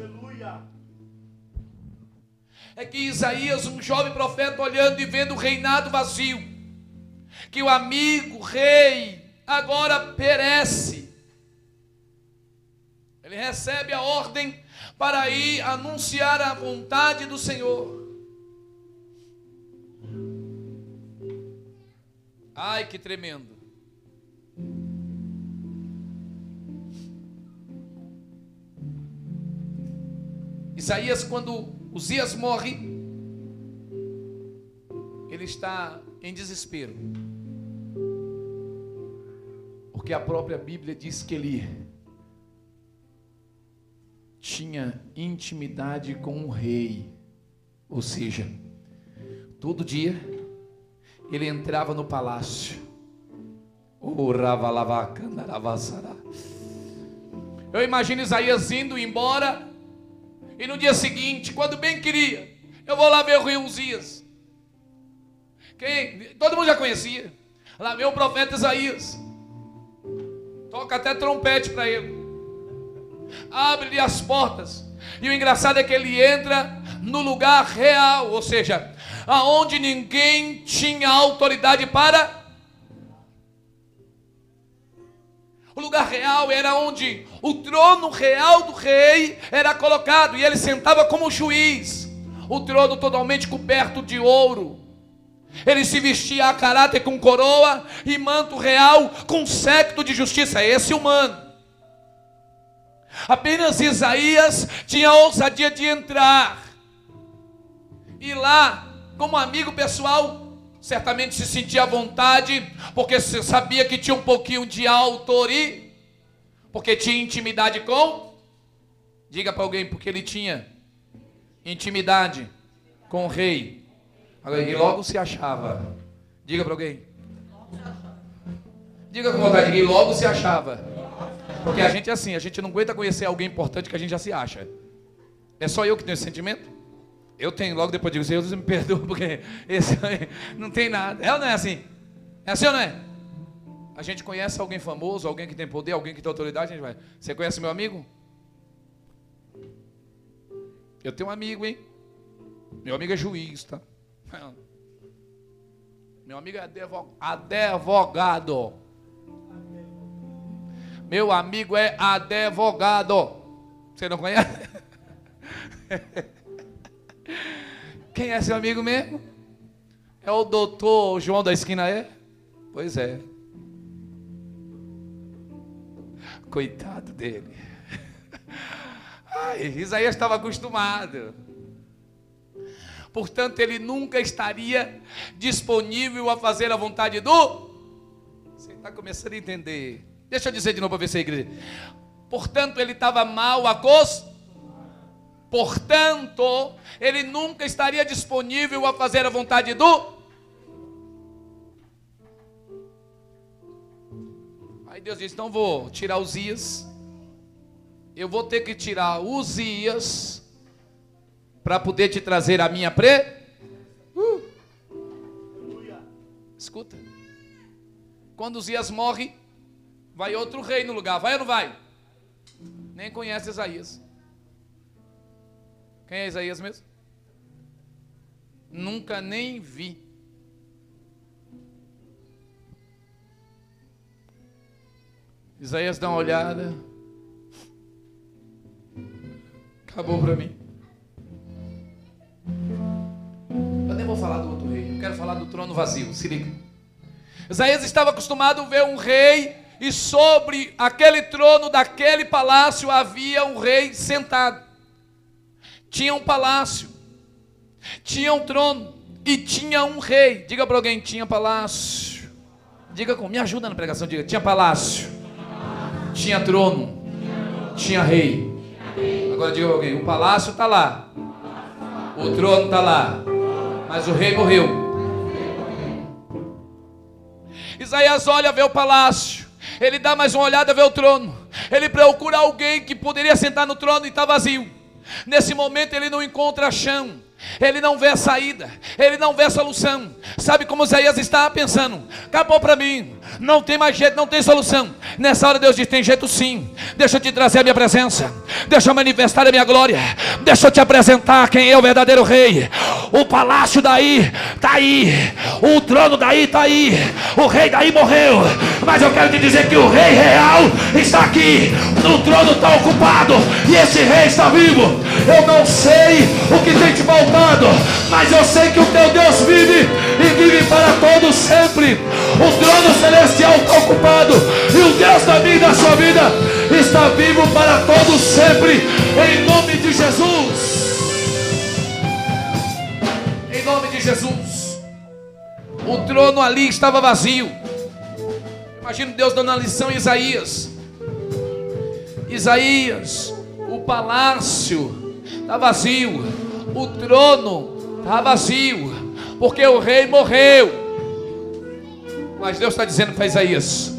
É que Isaías, um jovem profeta, olhando e vendo o reinado vazio, que o amigo rei agora perece, ele recebe a ordem para ir anunciar a vontade do Senhor. Ai, que tremendo. Isaías, quando Uzias morre, ele está em desespero, porque a própria Bíblia diz que ele tinha intimidade com o rei, ou seja, todo dia ele entrava no palácio. Eu imagino Isaías indo embora, e no dia seguinte, quando bem queria, eu vou lá ver o rei Uzias. Quem? Todo mundo já conhecia. Lá veio o profeta Isaías. Toca até trompete para ele. Abre-lhe as portas. E o engraçado é que ele entra no lugar real, ou seja, aonde ninguém tinha autoridade para. O lugar real era onde o trono real do rei era colocado, e ele sentava como juiz. O trono totalmente coberto de ouro. Ele se vestia a caráter com coroa e manto real com séquito de justiça. Esse humano. Apenas Isaías tinha a ousadia de entrar. E lá, como amigo pessoal, certamente se sentia à vontade, porque sabia que tinha um pouquinho de autoridade, porque tinha intimidade com. Diga para alguém, porque ele tinha intimidade com o rei. E logo se achava. Diga para alguém. Diga com vontade, e logo se achava. Porque a gente é assim, a gente não aguenta conhecer alguém importante que a gente já se acha. É só eu que tenho esse sentimento? Eu tenho, logo depois digo, Deus me perdoa, porque esse aí não tem nada. É ou não é assim? É assim ou não é? A gente conhece alguém famoso, alguém que tem poder, alguém que tem autoridade, a gente vai. Você conhece meu amigo? Eu tenho um amigo, hein? Meu amigo é juiz, tá? Meu amigo é advogado. Meu amigo é advogado. Você não conhece? Quem é seu amigo mesmo? É o doutor João da esquina, é? Pois é. Coitado dele. Ai, Isaías estava acostumado. Portanto, ele nunca estaria disponível a fazer a vontade do... Você está começando a entender. Deixa eu dizer de novo para ver se a igreja... Portanto, ele estava mal acostumado. Portanto, ele nunca estaria disponível a fazer a vontade do... Aí Deus disse, então vou tirar Uzias. Eu vou ter que tirar Uzias para poder te trazer a minha pre... Uh. Escuta. Quando Uzias morre, vai outro rei no lugar. Vai ou não vai? Nem conhece Isaías. Quem é Isaías mesmo? Nunca nem vi. Isaías dá uma olhada. Acabou para mim. Eu nem vou falar do outro rei. Eu quero falar do trono vazio. Se liga. Isaías estava acostumado a ver um rei, e sobre aquele trono daquele palácio havia um rei sentado. Tinha um palácio, tinha um trono e tinha um rei. Diga para alguém, tinha palácio. Diga com, me ajuda na pregação, diga, tinha palácio, tinha trono, tinha rei. Agora diga para alguém, o palácio está lá, o trono está lá, mas o rei morreu. Isaías olha, vê o palácio, ele dá mais uma olhada, vê o trono, ele procura alguém que poderia sentar no trono e está vazio. Nesse momento ele não encontra chão, ele não vê a saída, ele não vê a solução. Sabe como Isaías está pensando? Acabou para mim, não tem mais jeito, não tem solução. Nessa hora Deus diz, tem jeito sim. Deixa eu te trazer a minha presença, deixa eu manifestar a minha glória, deixa eu te apresentar quem é o verdadeiro rei. O palácio daí está aí, o trono daí está aí, o rei daí morreu, mas eu quero te dizer que o rei real está aqui, o trono está ocupado e esse rei está vivo. Eu não sei o que tem te faltado, mas eu sei que o teu Deus vive e vive para todos sempre. O trono celestial está ocupado e o Deus da minha e da sua vida está vivo para todos sempre, em nome de Jesus. Em nome de Jesus. O trono ali estava vazio. Imagina Deus dando a lição a Isaías. Isaías, o palácio está vazio, o trono está vazio, porque o rei morreu. Mas Deus está dizendo para Isaías,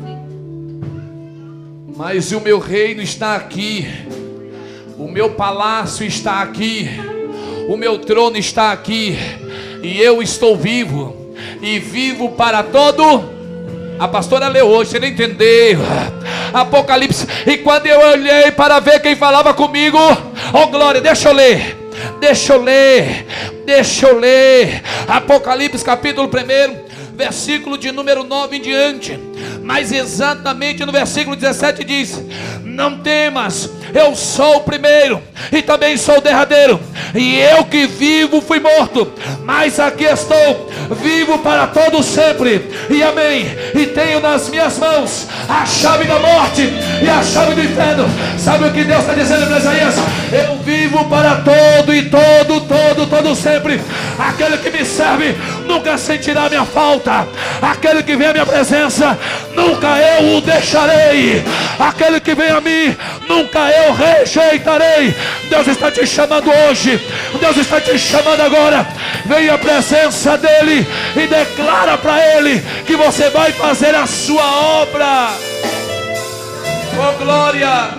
mas o meu reino está aqui, o meu palácio está aqui, o meu trono está aqui, e eu estou vivo. e vivo para todo. A pastora leu hoje, você não entendeu. Apocalipse. E quando eu olhei para ver quem falava comigo, oh glória, deixa eu ler. Deixa eu ler. Deixa eu ler. Apocalipse capítulo um, versículo de número nove em diante. Mas exatamente no versículo dezessete diz: não temas, eu sou o primeiro e também sou o derradeiro, e eu que vivo fui morto, mas aqui estou, vivo para todo sempre, e amém. E tenho nas minhas mãos a chave da morte e a chave do inferno. Sabe o que Deus está dizendo para Isaías? Eu vivo para todo e todo, todo, todo sempre. Aquele que me serve nunca sentirá minha falta. Aquele que vem à minha presença, nunca eu o deixarei. Aquele que vem a mim, nunca eu rejeitarei. Deus está te chamando hoje. Deus está te chamando agora. Venha à presença dele e declara para ele que você vai fazer a sua obra. Oh glória.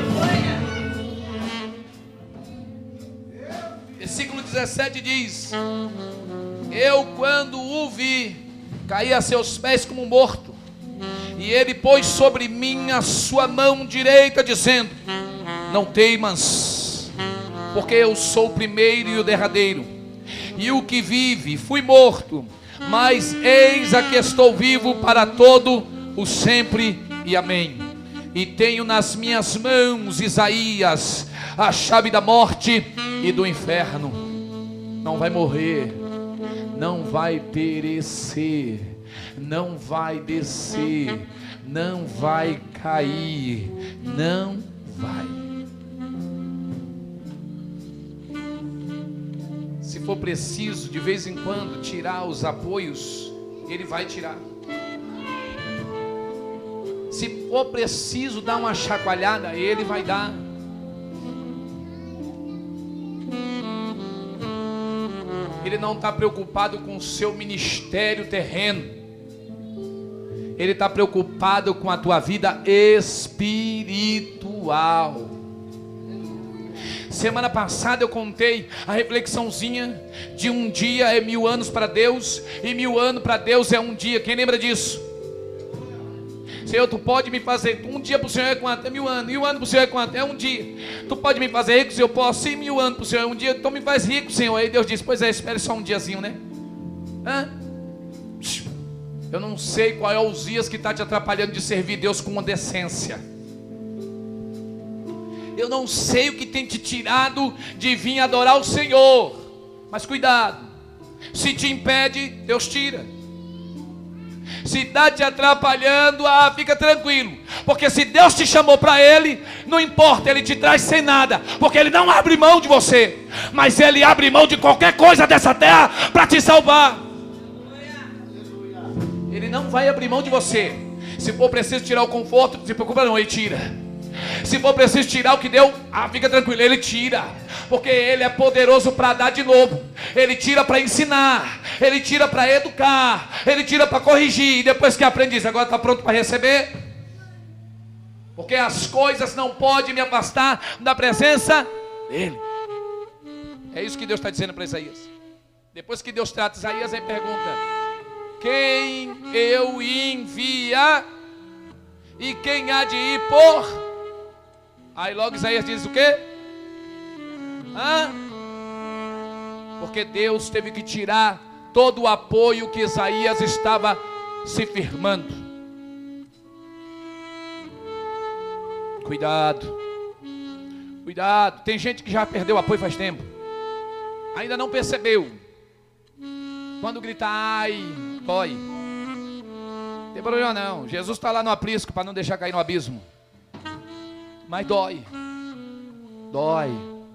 Versículo dezessete diz: eu quando o vi, caí a seus pés como morto, e ele pôs sobre mim a sua mão direita, dizendo: não temas, porque eu sou o primeiro e o derradeiro, e o que vive. Fui morto, mas eis aqui estou vivo para todo o sempre, e amém. E tenho nas minhas mãos, Isaías, a chave da morte e do inferno. Não vai morrer, não vai perecer, não vai descer, não vai cair, não vai. Se for preciso de vez em quando tirar os apoios, ele vai tirar. Se for preciso dar uma chacoalhada, ele vai dar. Ele não está preocupado com o seu ministério terreno. Ele está preocupado com a tua vida espiritual. Semana passada eu contei a reflexãozinha de um dia é mil anos para Deus, e mil anos para Deus é um dia. Quem lembra disso? Senhor, tu pode me fazer, um dia para o Senhor é quanto? É mil anos. E um ano para o Senhor é quanto? É um dia. Tu pode me fazer rico, se eu posso? Sim, mil anos para o Senhor é um dia. Então me faz rico, Senhor. Aí Deus disse: pois é, espere só um diazinho, né? Hã? Eu não sei qual é os dias que está te atrapalhando de servir Deus com uma decência. Eu não sei o que tem te tirado de vir adorar o Senhor. Mas cuidado, se te impede, Deus tira. Se está te atrapalhando, ah, fica tranquilo, porque se Deus te chamou para Ele, não importa, Ele te traz sem nada, porque Ele não abre mão de você, mas Ele abre mão de qualquer coisa dessa terra para te salvar. Ele não vai abrir mão de você. Se for preciso tirar o conforto, não se preocupa não, Ele tira. Se for preciso tirar o que deu, ah, fica tranquilo, Ele tira, porque Ele é poderoso para dar de novo. Ele tira para ensinar, Ele tira para educar, Ele tira para corrigir, e depois que aprende isso, agora está pronto para receber? Porque as coisas não podem me afastar da presença dEle. É isso que Deus está dizendo para Isaías. Depois que Deus trata Isaías, aí pergunta: quem eu envia e quem há de ir por? Aí logo Isaías diz o quê? Hã? Porque Deus teve que tirar todo o apoio que Isaías estava se firmando. Cuidado. Cuidado. Tem gente que já perdeu o apoio faz tempo. Ainda não percebeu. Quando grita ai, dói. Não tem problema não. Jesus está lá no aprisco para não deixar cair no abismo. Mas dói. Dói.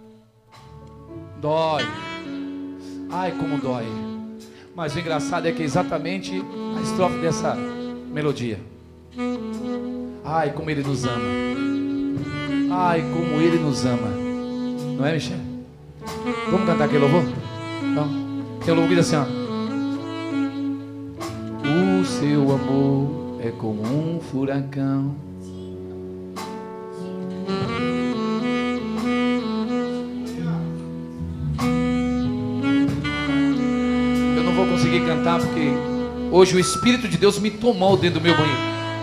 Dói. Ai, como dói. Mas o engraçado é que é exatamente a estrofe dessa melodia. Ai, como Ele nos ama. Ai, como Ele nos ama. Não é, Michel? Vamos cantar aquele louvor? Vamos. Tem um louvor que diz assim, ó: o seu amor é como um furacão. Eu não vou conseguir cantar porque Hoje o Espírito de Deus me tomou dentro do meu banheiro.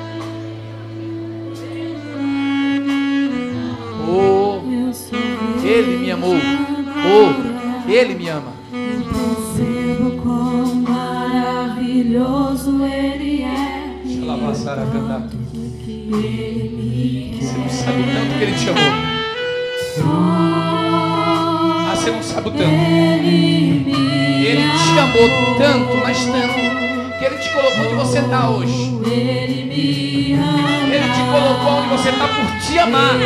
Oh, Ele me amou. Oh, Ele me ama. Percebo quão maravilhoso Ele é. Você não sabe o tanto que Ele te amou. Ah, você não sabe o tanto. Ele te amou tanto, mas tanto, que Ele te colocou onde você está hoje. Ele te colocou onde você está por te amar.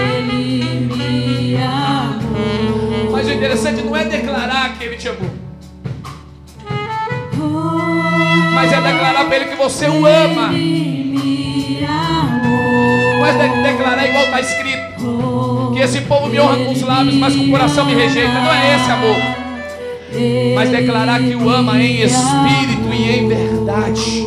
Mas o interessante não é declarar que Ele te amou, mas é declarar para Ele que você o ama. Não é declarar igual está escrito, que esse povo me honra com os lábios, mas com o coração me rejeita. Não é esse amor. Mas declarar que o ama em espírito e em verdade.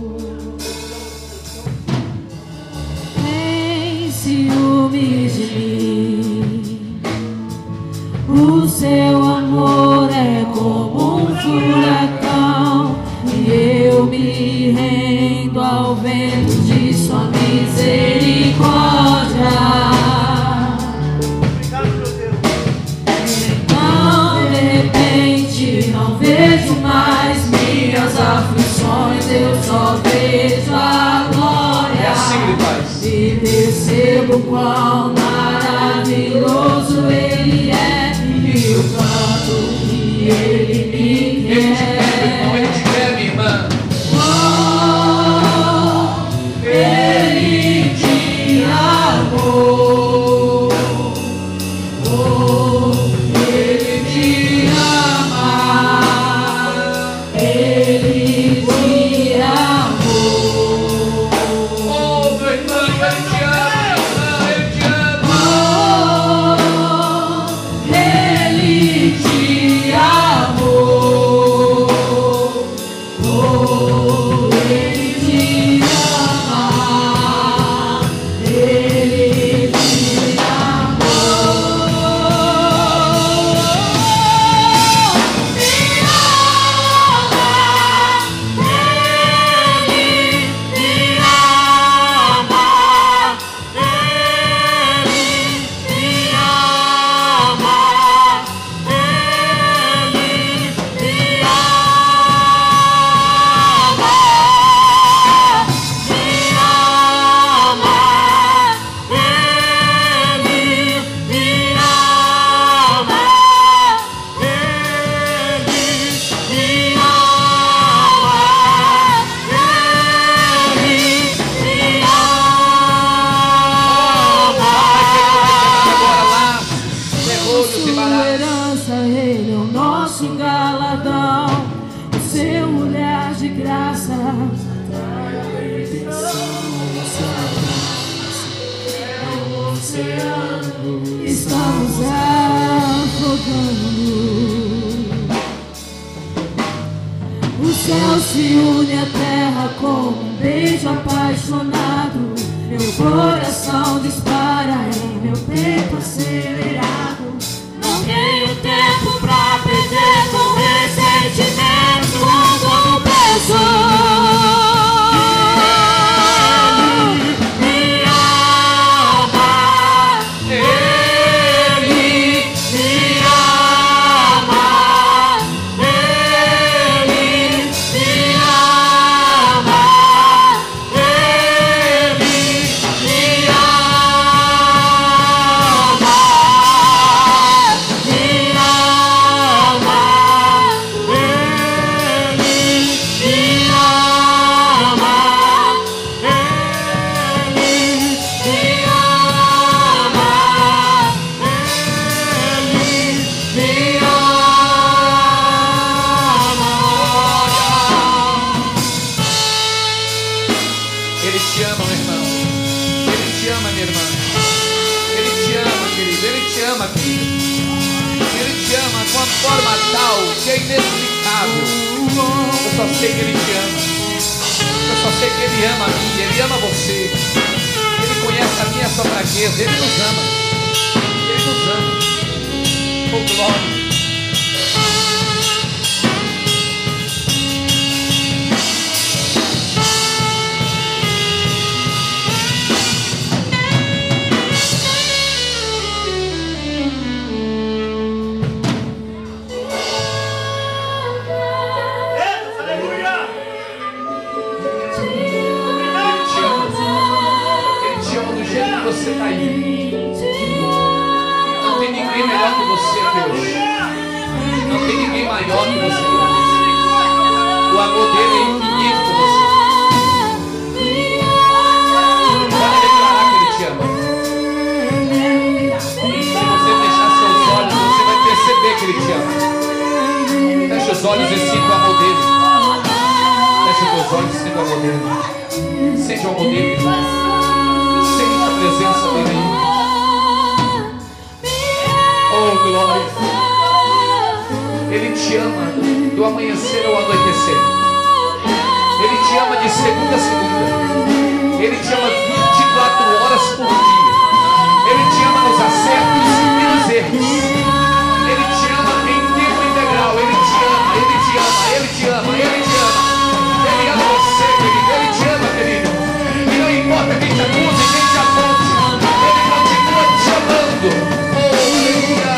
Tem ciúmes de mim, o seu amor é como um furacão, e eu me rendo ao vento de sua misericórdia. Não vejo mais minhas aflições, eu só vejo a glória. É assim que Ele faz. E percebo quão maravilhoso Ele é, e o quanto que Ele me quer. Ele te quer, irmão, Ele te quer, minha irmã. Oh, Ele te amou. Oh, Ele te ama. Ele te amou. Oh, meu irmão, Ele te ama, Ele te ama. Oh, Ele te amou. Oh, Ele te ama. Ele te estamos afogando. O céu se une à terra como um beijo apaixonado. Meu coração dispara em meu peito acelerado. Não tenho tempo pra perder com ressentimento. Ando no peso. Forma tal que é inexplicável. Eu só sei que Ele te ama. Eu só sei que Ele ama a mim, Ele ama você. Ele conhece a minha e a sua fraqueza. Ele nos ama. Ele nos ama. Oh, glória. maior que você. O amor dele é infinito por você. Pode declarar que ele te ama. Se você fechar seus olhos, você vai perceber que ele te ama. Feche os olhos e sinta o amor dele. Feche os teus olhos e sinta o amor dele. Sente o amor dele. Sente a presença dele. Oh, glória. Ele te ama do amanhecer ao anoitecer. Ele te ama de segunda a segunda. Ele te ama vinte e quatro horas por dia. Ele te ama nos acertos e nos erros. Ele te ama em tempo integral. Ele te ama, ele te ama, ele te ama, ele te ama. Ele ama você, querido. Ele te ama, querido. E não importa quem te acusa e quem te aponte. Ele continua te amando. Oh, aleluia.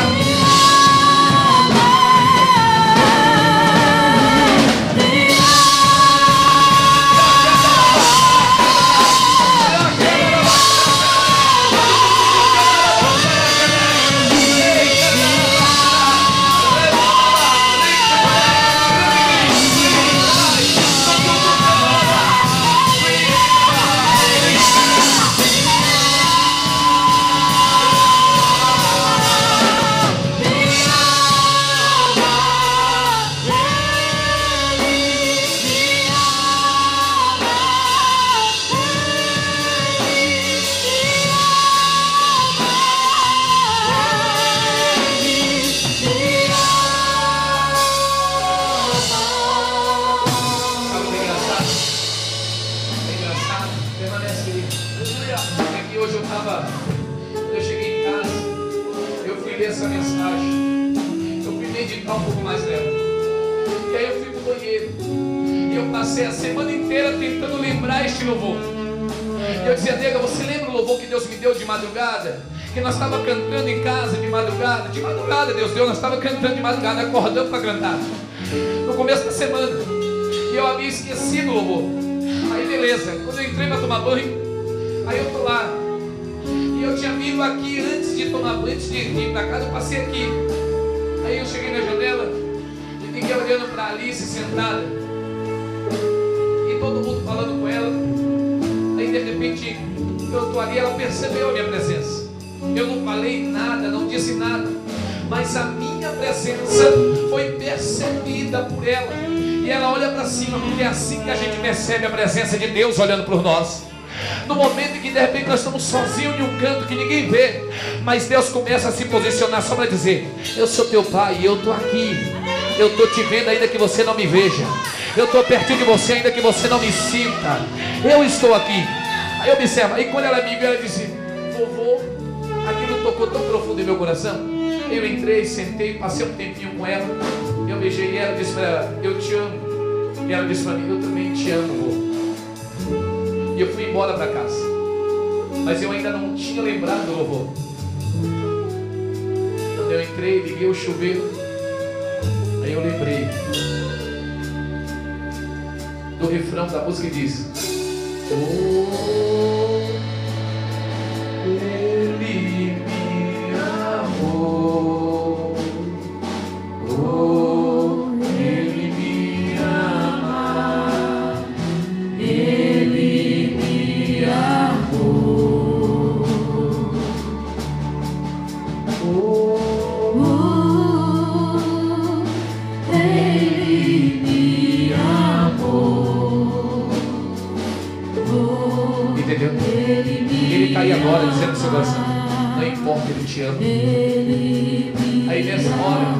Que nós estávamos cantando em casa de madrugada. De madrugada, Deus deu, nós estávamos cantando de madrugada, acordando para cantar. No começo da semana. E eu havia esquecido o louvor. Aí beleza, quando eu entrei para tomar banho, aí eu tô lá. E eu tinha vindo aqui antes de tomar banho, antes de ir para casa, eu passei aqui. Aí eu cheguei na janela e fiquei olhando para Alice sentada. E todo mundo falando com ela. Aí de repente eu tô ali, ela percebeu a minha presença. Eu não falei nada, não disse nada, mas a minha presença foi percebida por ela. E ela olha para cima, porque é assim que a gente percebe a presença de Deus olhando por nós. No momento em que de repente nós estamos sozinhos em um canto que ninguém vê, mas Deus começa a se posicionar só para dizer: eu sou teu pai e eu estou aqui. Eu estou te vendo ainda que você não me veja. Eu estou pertinho de você ainda que você não me sinta. Eu estou aqui. Aí observa, aí quando ela me viu, ela disse: vovô, aquilo tocou tão profundo em meu coração. Eu entrei, sentei, passei um tempinho com ela. Eu beijei ela, disse para ela: eu te amo. E ela disse para mim: eu também te amo, vô. E eu fui embora para casa. Mas eu ainda não tinha lembrado do louvor. Quando eu entrei, liguei o chuveiro. Aí eu lembrei do refrão da música que diz: oh, Ele me amou, oh, Ele me ama, Ele me amou, oh, Ele me amou. Entendeu? Ele está aí agora dizendo no seu coração: não importa, Ele te ama. Aí nessa hora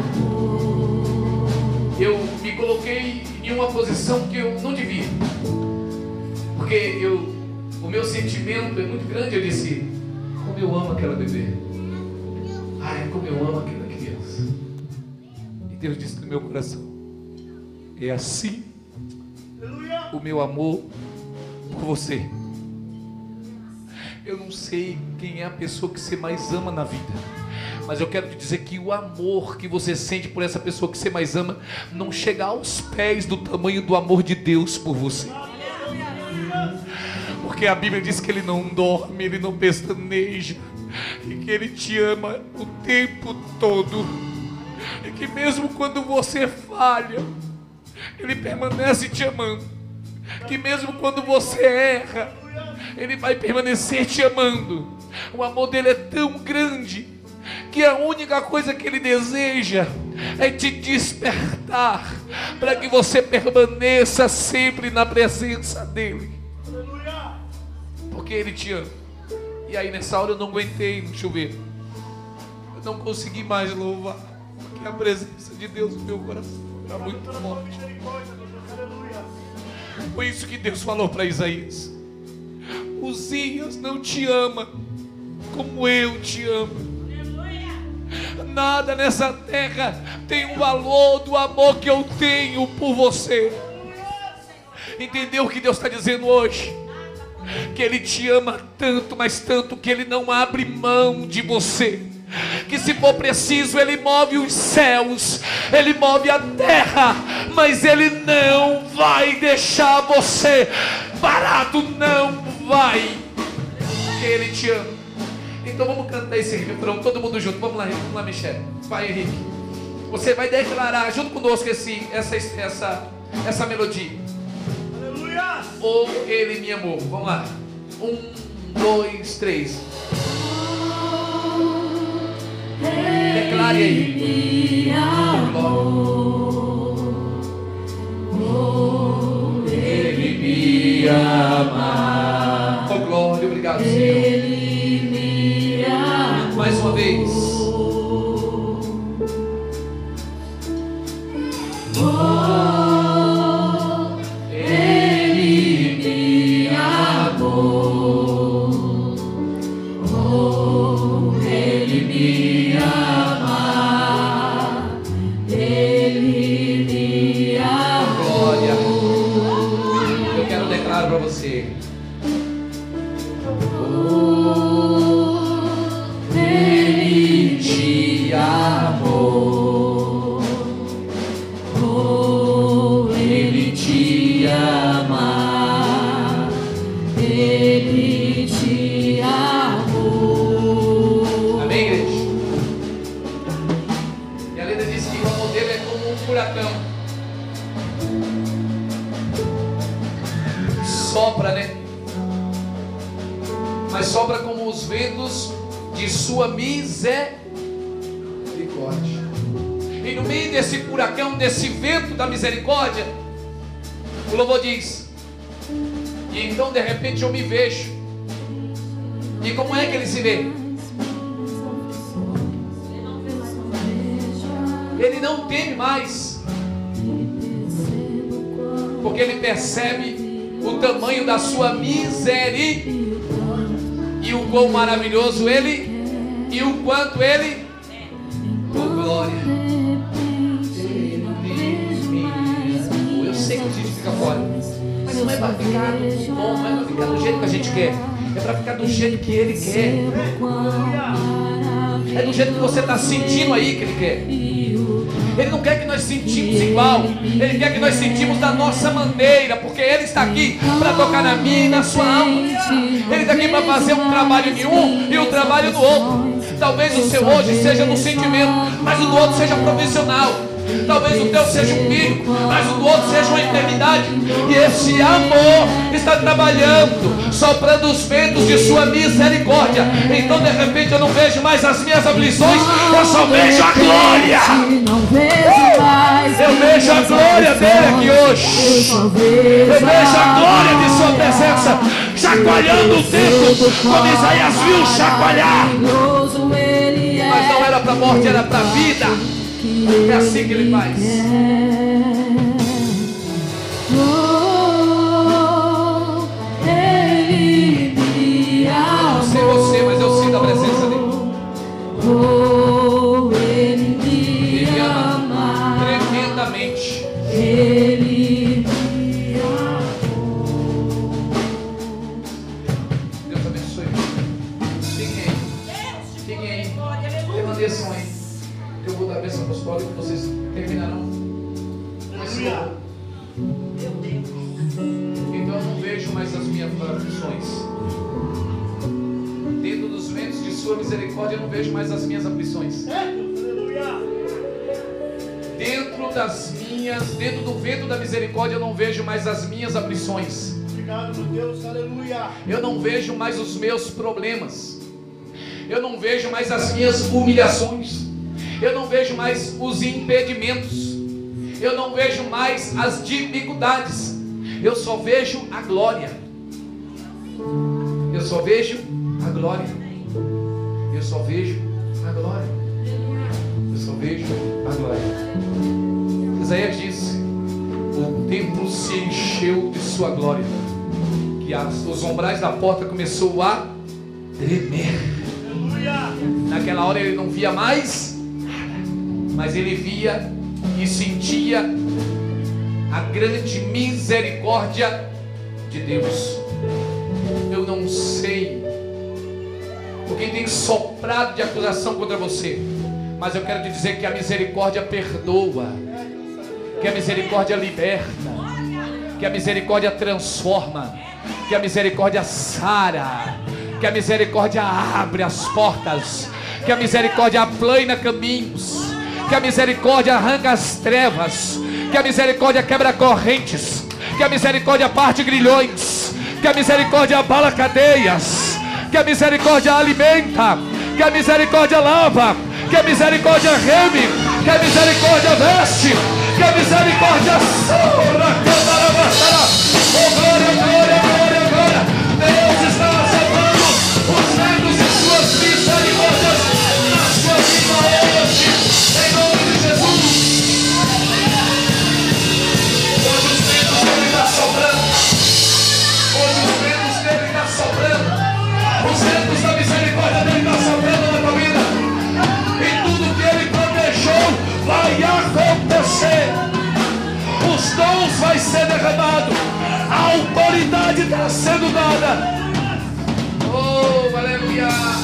eu me coloquei em uma posição que eu não devia, porque eu, o meu sentimento é muito grande. Eu disse: como eu amo aquela bebê, ai, como eu amo aquela criança. E Deus disse no meu coração: é assim o meu amor por você. Eu não sei quem é a pessoa que você mais ama na vida, mas eu quero te dizer que o amor que você sente por essa pessoa que você mais ama não chega aos pés do tamanho do amor de Deus por você. Porque a Bíblia diz que Ele não dorme, Ele não pestaneja, e que Ele te ama o tempo todo. é que mesmo quando você falha, Ele permanece te amando. Que mesmo quando você erra, Ele vai permanecer te amando. O amor dele é tão grande que a única coisa que Ele deseja é te despertar para que você permaneça sempre na presença dEle, porque Ele te ama. E aí nessa hora eu não aguentei no chuveiro, eu não consegui mais louvar, porque a presença de Deus no meu coração era muito forte. Foi isso que Deus falou para Isaías: Uzias não te ama como eu te amo. Nada nessa terra tem o valor do amor que eu tenho por você. Entendeu o que Deus está dizendo hoje? Que Ele te ama tanto, mas tanto, que Ele não abre mão de você. Que se for preciso Ele move os céus, Ele move a terra, mas Ele não vai deixar você parado, não vai. Porque Ele te ama. Então vamos cantar esse refrão, todo mundo junto. Vamos lá, vamos lá, Michele. Vai, Henrique. Você vai declarar junto conosco esse, essa, essa, essa melodia. Aleluia! Ou Ele me amou. Vamos lá. Um, dois, três. Declare aí. Oh, Ele me ama. Oh, glória, obrigado, Senhor. Mais uma vez. Oh, Ele me amou. Oh, Ele me ama. Ele me amou. Glória. Eu quero declarar para você. Te amou, oh, Ele te ama, Ele te amou. Amém, igreja? E a letra diz que o amor dele é como um furacão. Sopra, né? Mas sopra como os ventos de sua misericórdia. E no meio desse furacão, desse vento da misericórdia, o louvor diz: e então de repente eu me vejo. E como é que ele se vê? Ele não teme mais, porque ele percebe o tamanho da sua misericórdia e o quão maravilhoso ele e o quanto ele, oh glória, eu sei que a gente fica fora, mas não é para ficar bom, não é para ficar do jeito que a gente quer, é para ficar do jeito que ele quer, é do jeito que você está sentindo aí que ele quer. Ele não quer que nós sentimos igual, Ele quer que nós sentimos da nossa maneira, porque Ele está aqui para tocar na minha e na sua alma. Ele está aqui para fazer um trabalho de um e um trabalho do outro. Talvez o seu hoje seja no sentimento, mas o do outro seja profissional. Talvez o teu seja um filho, mas o do outro seja uma enfermidade. E esse amor está trabalhando, soprando os ventos de sua misericórdia. Então de repente eu não vejo mais as minhas aflições, eu só vejo a glória. Eu vejo a glória dele aqui hoje. Eu vejo a glória de sua presença chacoalhando o templo, como Isaías viu chacoalhar. Mas não era para a morte, era para a vida. É assim que ele faz. Oh, Ele me amou. Eu não sei você, mas eu sinto a presença dele. Oh, Ele me ama tremendamente. Ele me amou. Deus abençoe. Fiquem aí. Fiquem aí. Permaneçam aí. Eu vou dar a bênção apostólica, vocês terminarão. Mas, Senhor, então eu não vejo mais as minhas aflições. Dentro dos ventos de sua misericórdia, eu não vejo mais as minhas aflições. dentro das minhas, dentro do vento da misericórdia, eu não vejo mais as minhas aflições. Obrigado, meu Deus, aleluia. Eu não vejo mais os meus problemas. Eu não vejo mais as minhas humilhações. Eu não vejo mais os impedimentos. Eu não vejo mais as dificuldades. Eu só vejo a glória. Eu só vejo a glória. Eu só vejo a glória. Eu só vejo a glória. Isaías disse: o templo se encheu de sua glória, que as, os umbrais da porta começou a tremer. Naquela hora ele não via mais nada, mas ele via e sentia a grande misericórdia de Deus. Eu não sei o que tem soprado de acusação contra você, mas eu quero te dizer que a misericórdia perdoa, que a misericórdia liberta, que a misericórdia transforma, que a misericórdia sara, que a misericórdia abre as portas, que a misericórdia aplana caminhos, que a misericórdia arranca as trevas, que a misericórdia quebra correntes, que a misericórdia parte grilhões, que a misericórdia abala cadeias, que a misericórdia alimenta, que a misericórdia lava, que a misericórdia reme, que a misericórdia veste, que a misericórdia surra, oh glória, glória, glória, glória. Deus está acertando os ventos de suas misericórdias na sua vida hoje, em nome de Jesus. Hoje os ventos dele estão soprando, hoje os ventos dele estão soprando, os ventos da misericórdia dele estão soprando na tua vida, e tudo que ele planejou vai acontecer. Os dons vai ser derramado, a autoridade está sendo dada. Oh, aleluia.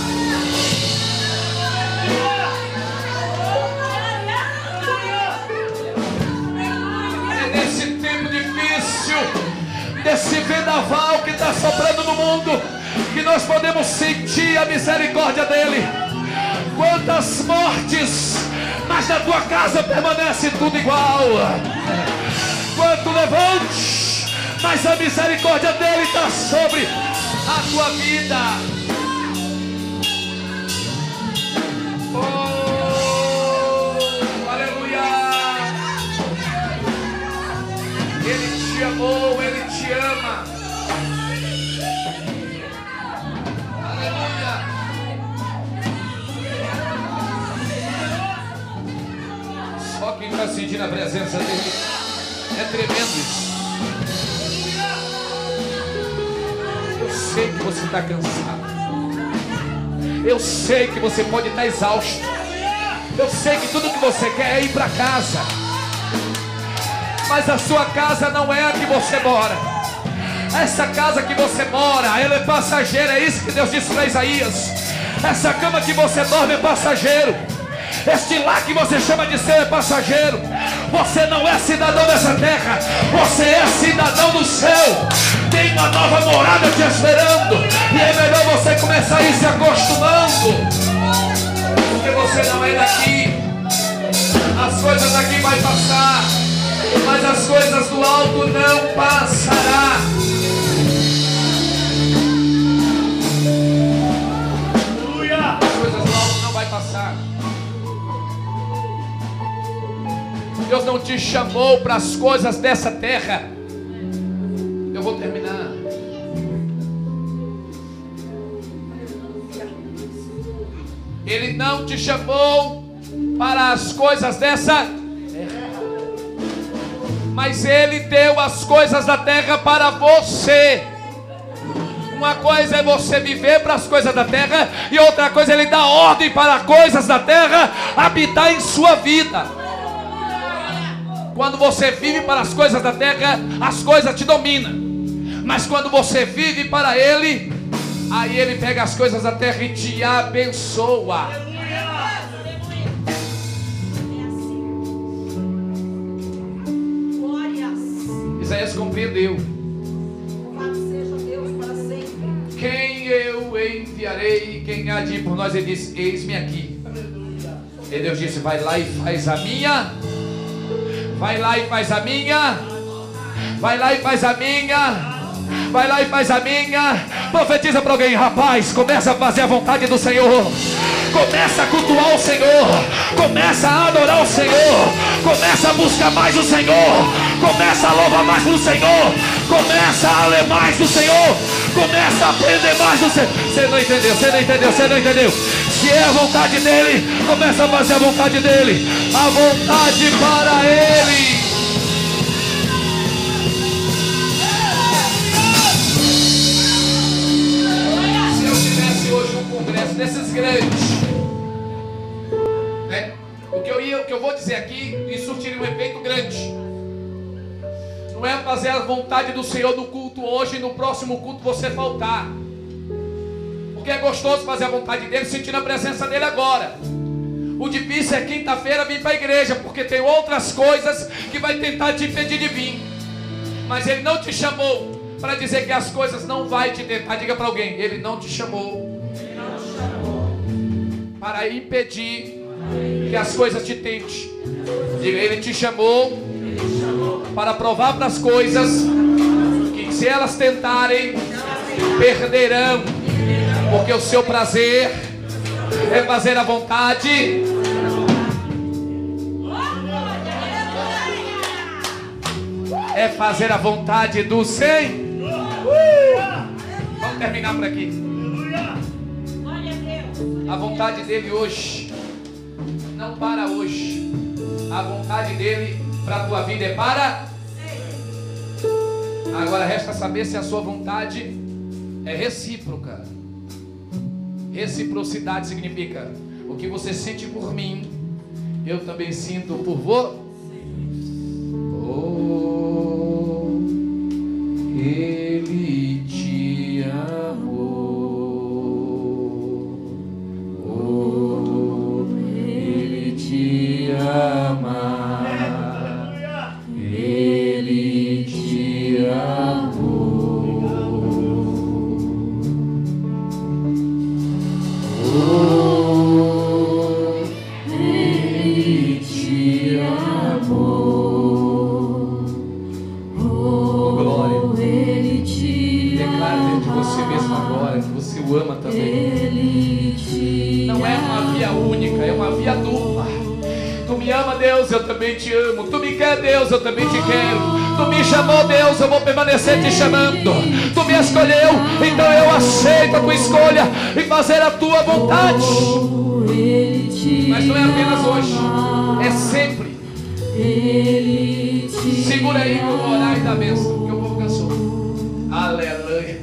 É nesse tempo difícil, desse vendaval que está soprando no mundo, que nós podemos sentir a misericórdia dele. Quantas mortes, mas na tua casa permanece tudo igual. Quanto levante, mas a misericórdia dele está sobre a tua vida. Oh, aleluia. Ele te amou, ele te ama. Aleluia. Só quem está sentindo a presença dele. É tremendo isso. Eu sei que você está cansado. Eu sei que você pode estar exausto. Eu sei que tudo que você quer é ir para casa. Mas a sua casa não é a que você mora. Essa casa que você mora, ela é passageira. É isso que Deus disse para Isaías. Essa cama que você dorme é passageiro. Este lar que você chama de seu é passageiro. Você não é cidadão dessa terra, você é cidadão do céu. Tem uma nova morada te esperando, e é melhor você começar a ir se acostumando, porque você não é daqui. As coisas daqui vai passar, mas as coisas do alto não passará. As coisas do alto não vai passar. Deus não te chamou para as coisas dessa terra. Eu vou terminar. Ele não te chamou para as coisas dessa terra, mas Ele deu as coisas da terra para você. Uma coisa é você viver para as coisas da terra, e outra coisa é Ele dar ordem para coisas da terra habitar em sua vida. Quando você vive para as coisas da terra, as coisas te dominam. Mas quando você vive para Ele, aí Ele pega as coisas da terra e te abençoa. Isaías compreendeu. Quem eu enviarei, quem há de ir por nós? Ele disse: eis-me aqui. E Deus disse: vai lá e faz a minha. Vai lá e faz a minha. Vai lá e faz a minha. Vai lá e faz a minha. Profetiza para alguém, rapaz. Começa a fazer a vontade do Senhor. Começa a cultuar o Senhor. Começa a adorar o Senhor. Começa a buscar mais o Senhor. Começa a louvar mais do Senhor. Começa a ler mais do Senhor. Começa a aprender mais do Senhor. Você não entendeu, você não entendeu, você não entendeu. Se é a vontade dele, começa a fazer a vontade dele. A vontade para ele. Se eu tivesse hoje um congresso desses grandes, né? O que eu, ia, o que eu vou dizer aqui, isso surtiria um efeito grande. Não é fazer a vontade do Senhor no culto hoje e no próximo culto você faltar. Porque é gostoso fazer a vontade dele, sentindo a presença dele agora. O difícil é quinta-feira vir para a igreja, porque tem outras coisas que vai tentar te impedir de vir. Mas ele não te chamou para dizer que as coisas não vai te tentar. Diga para alguém, ele não te chamou para impedir que as coisas te tentem. Diga, ele te chamou para provar para as coisas que, se elas tentarem, perderão. Porque o seu prazer é fazer a vontade. É fazer a vontade do Senhor. Vamos terminar por aqui. A vontade dele hoje não para hoje. A vontade dele para a tua vida é para. Agora resta saber se a sua vontade é recíproca. Reciprocidade significa: o que você sente por mim, eu também sinto por você. Oh, ele te amou. Oh, ele te ama. Ele te amou. Oh, ele te amou. Oh, glória. Ele te declara dentro de você mesmo agora que você o ama também. Ele te Não é uma via única, é uma via dupla. Tu me ama, Deus, eu também te amo. Tu me quer, Deus, eu também te quero. Tu me chamou, Deus, eu vou permanecer te chamando. Tu me escolheu, então eu aceito a tua escolha e fazer a tua vontade. Mas não é apenas hoje, é sempre. Segura aí que eu vou orar e dar bênção, porque o povo cansou. Aleluia.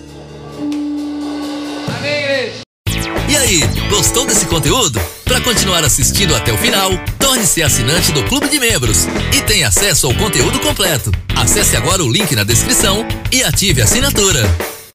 Amém, igreja. E aí, gostou desse conteúdo? Para continuar assistindo até o final, torne-se assinante do Clube de Membros e tenha acesso ao conteúdo completo. Acesse agora o link na descrição e ative a assinatura.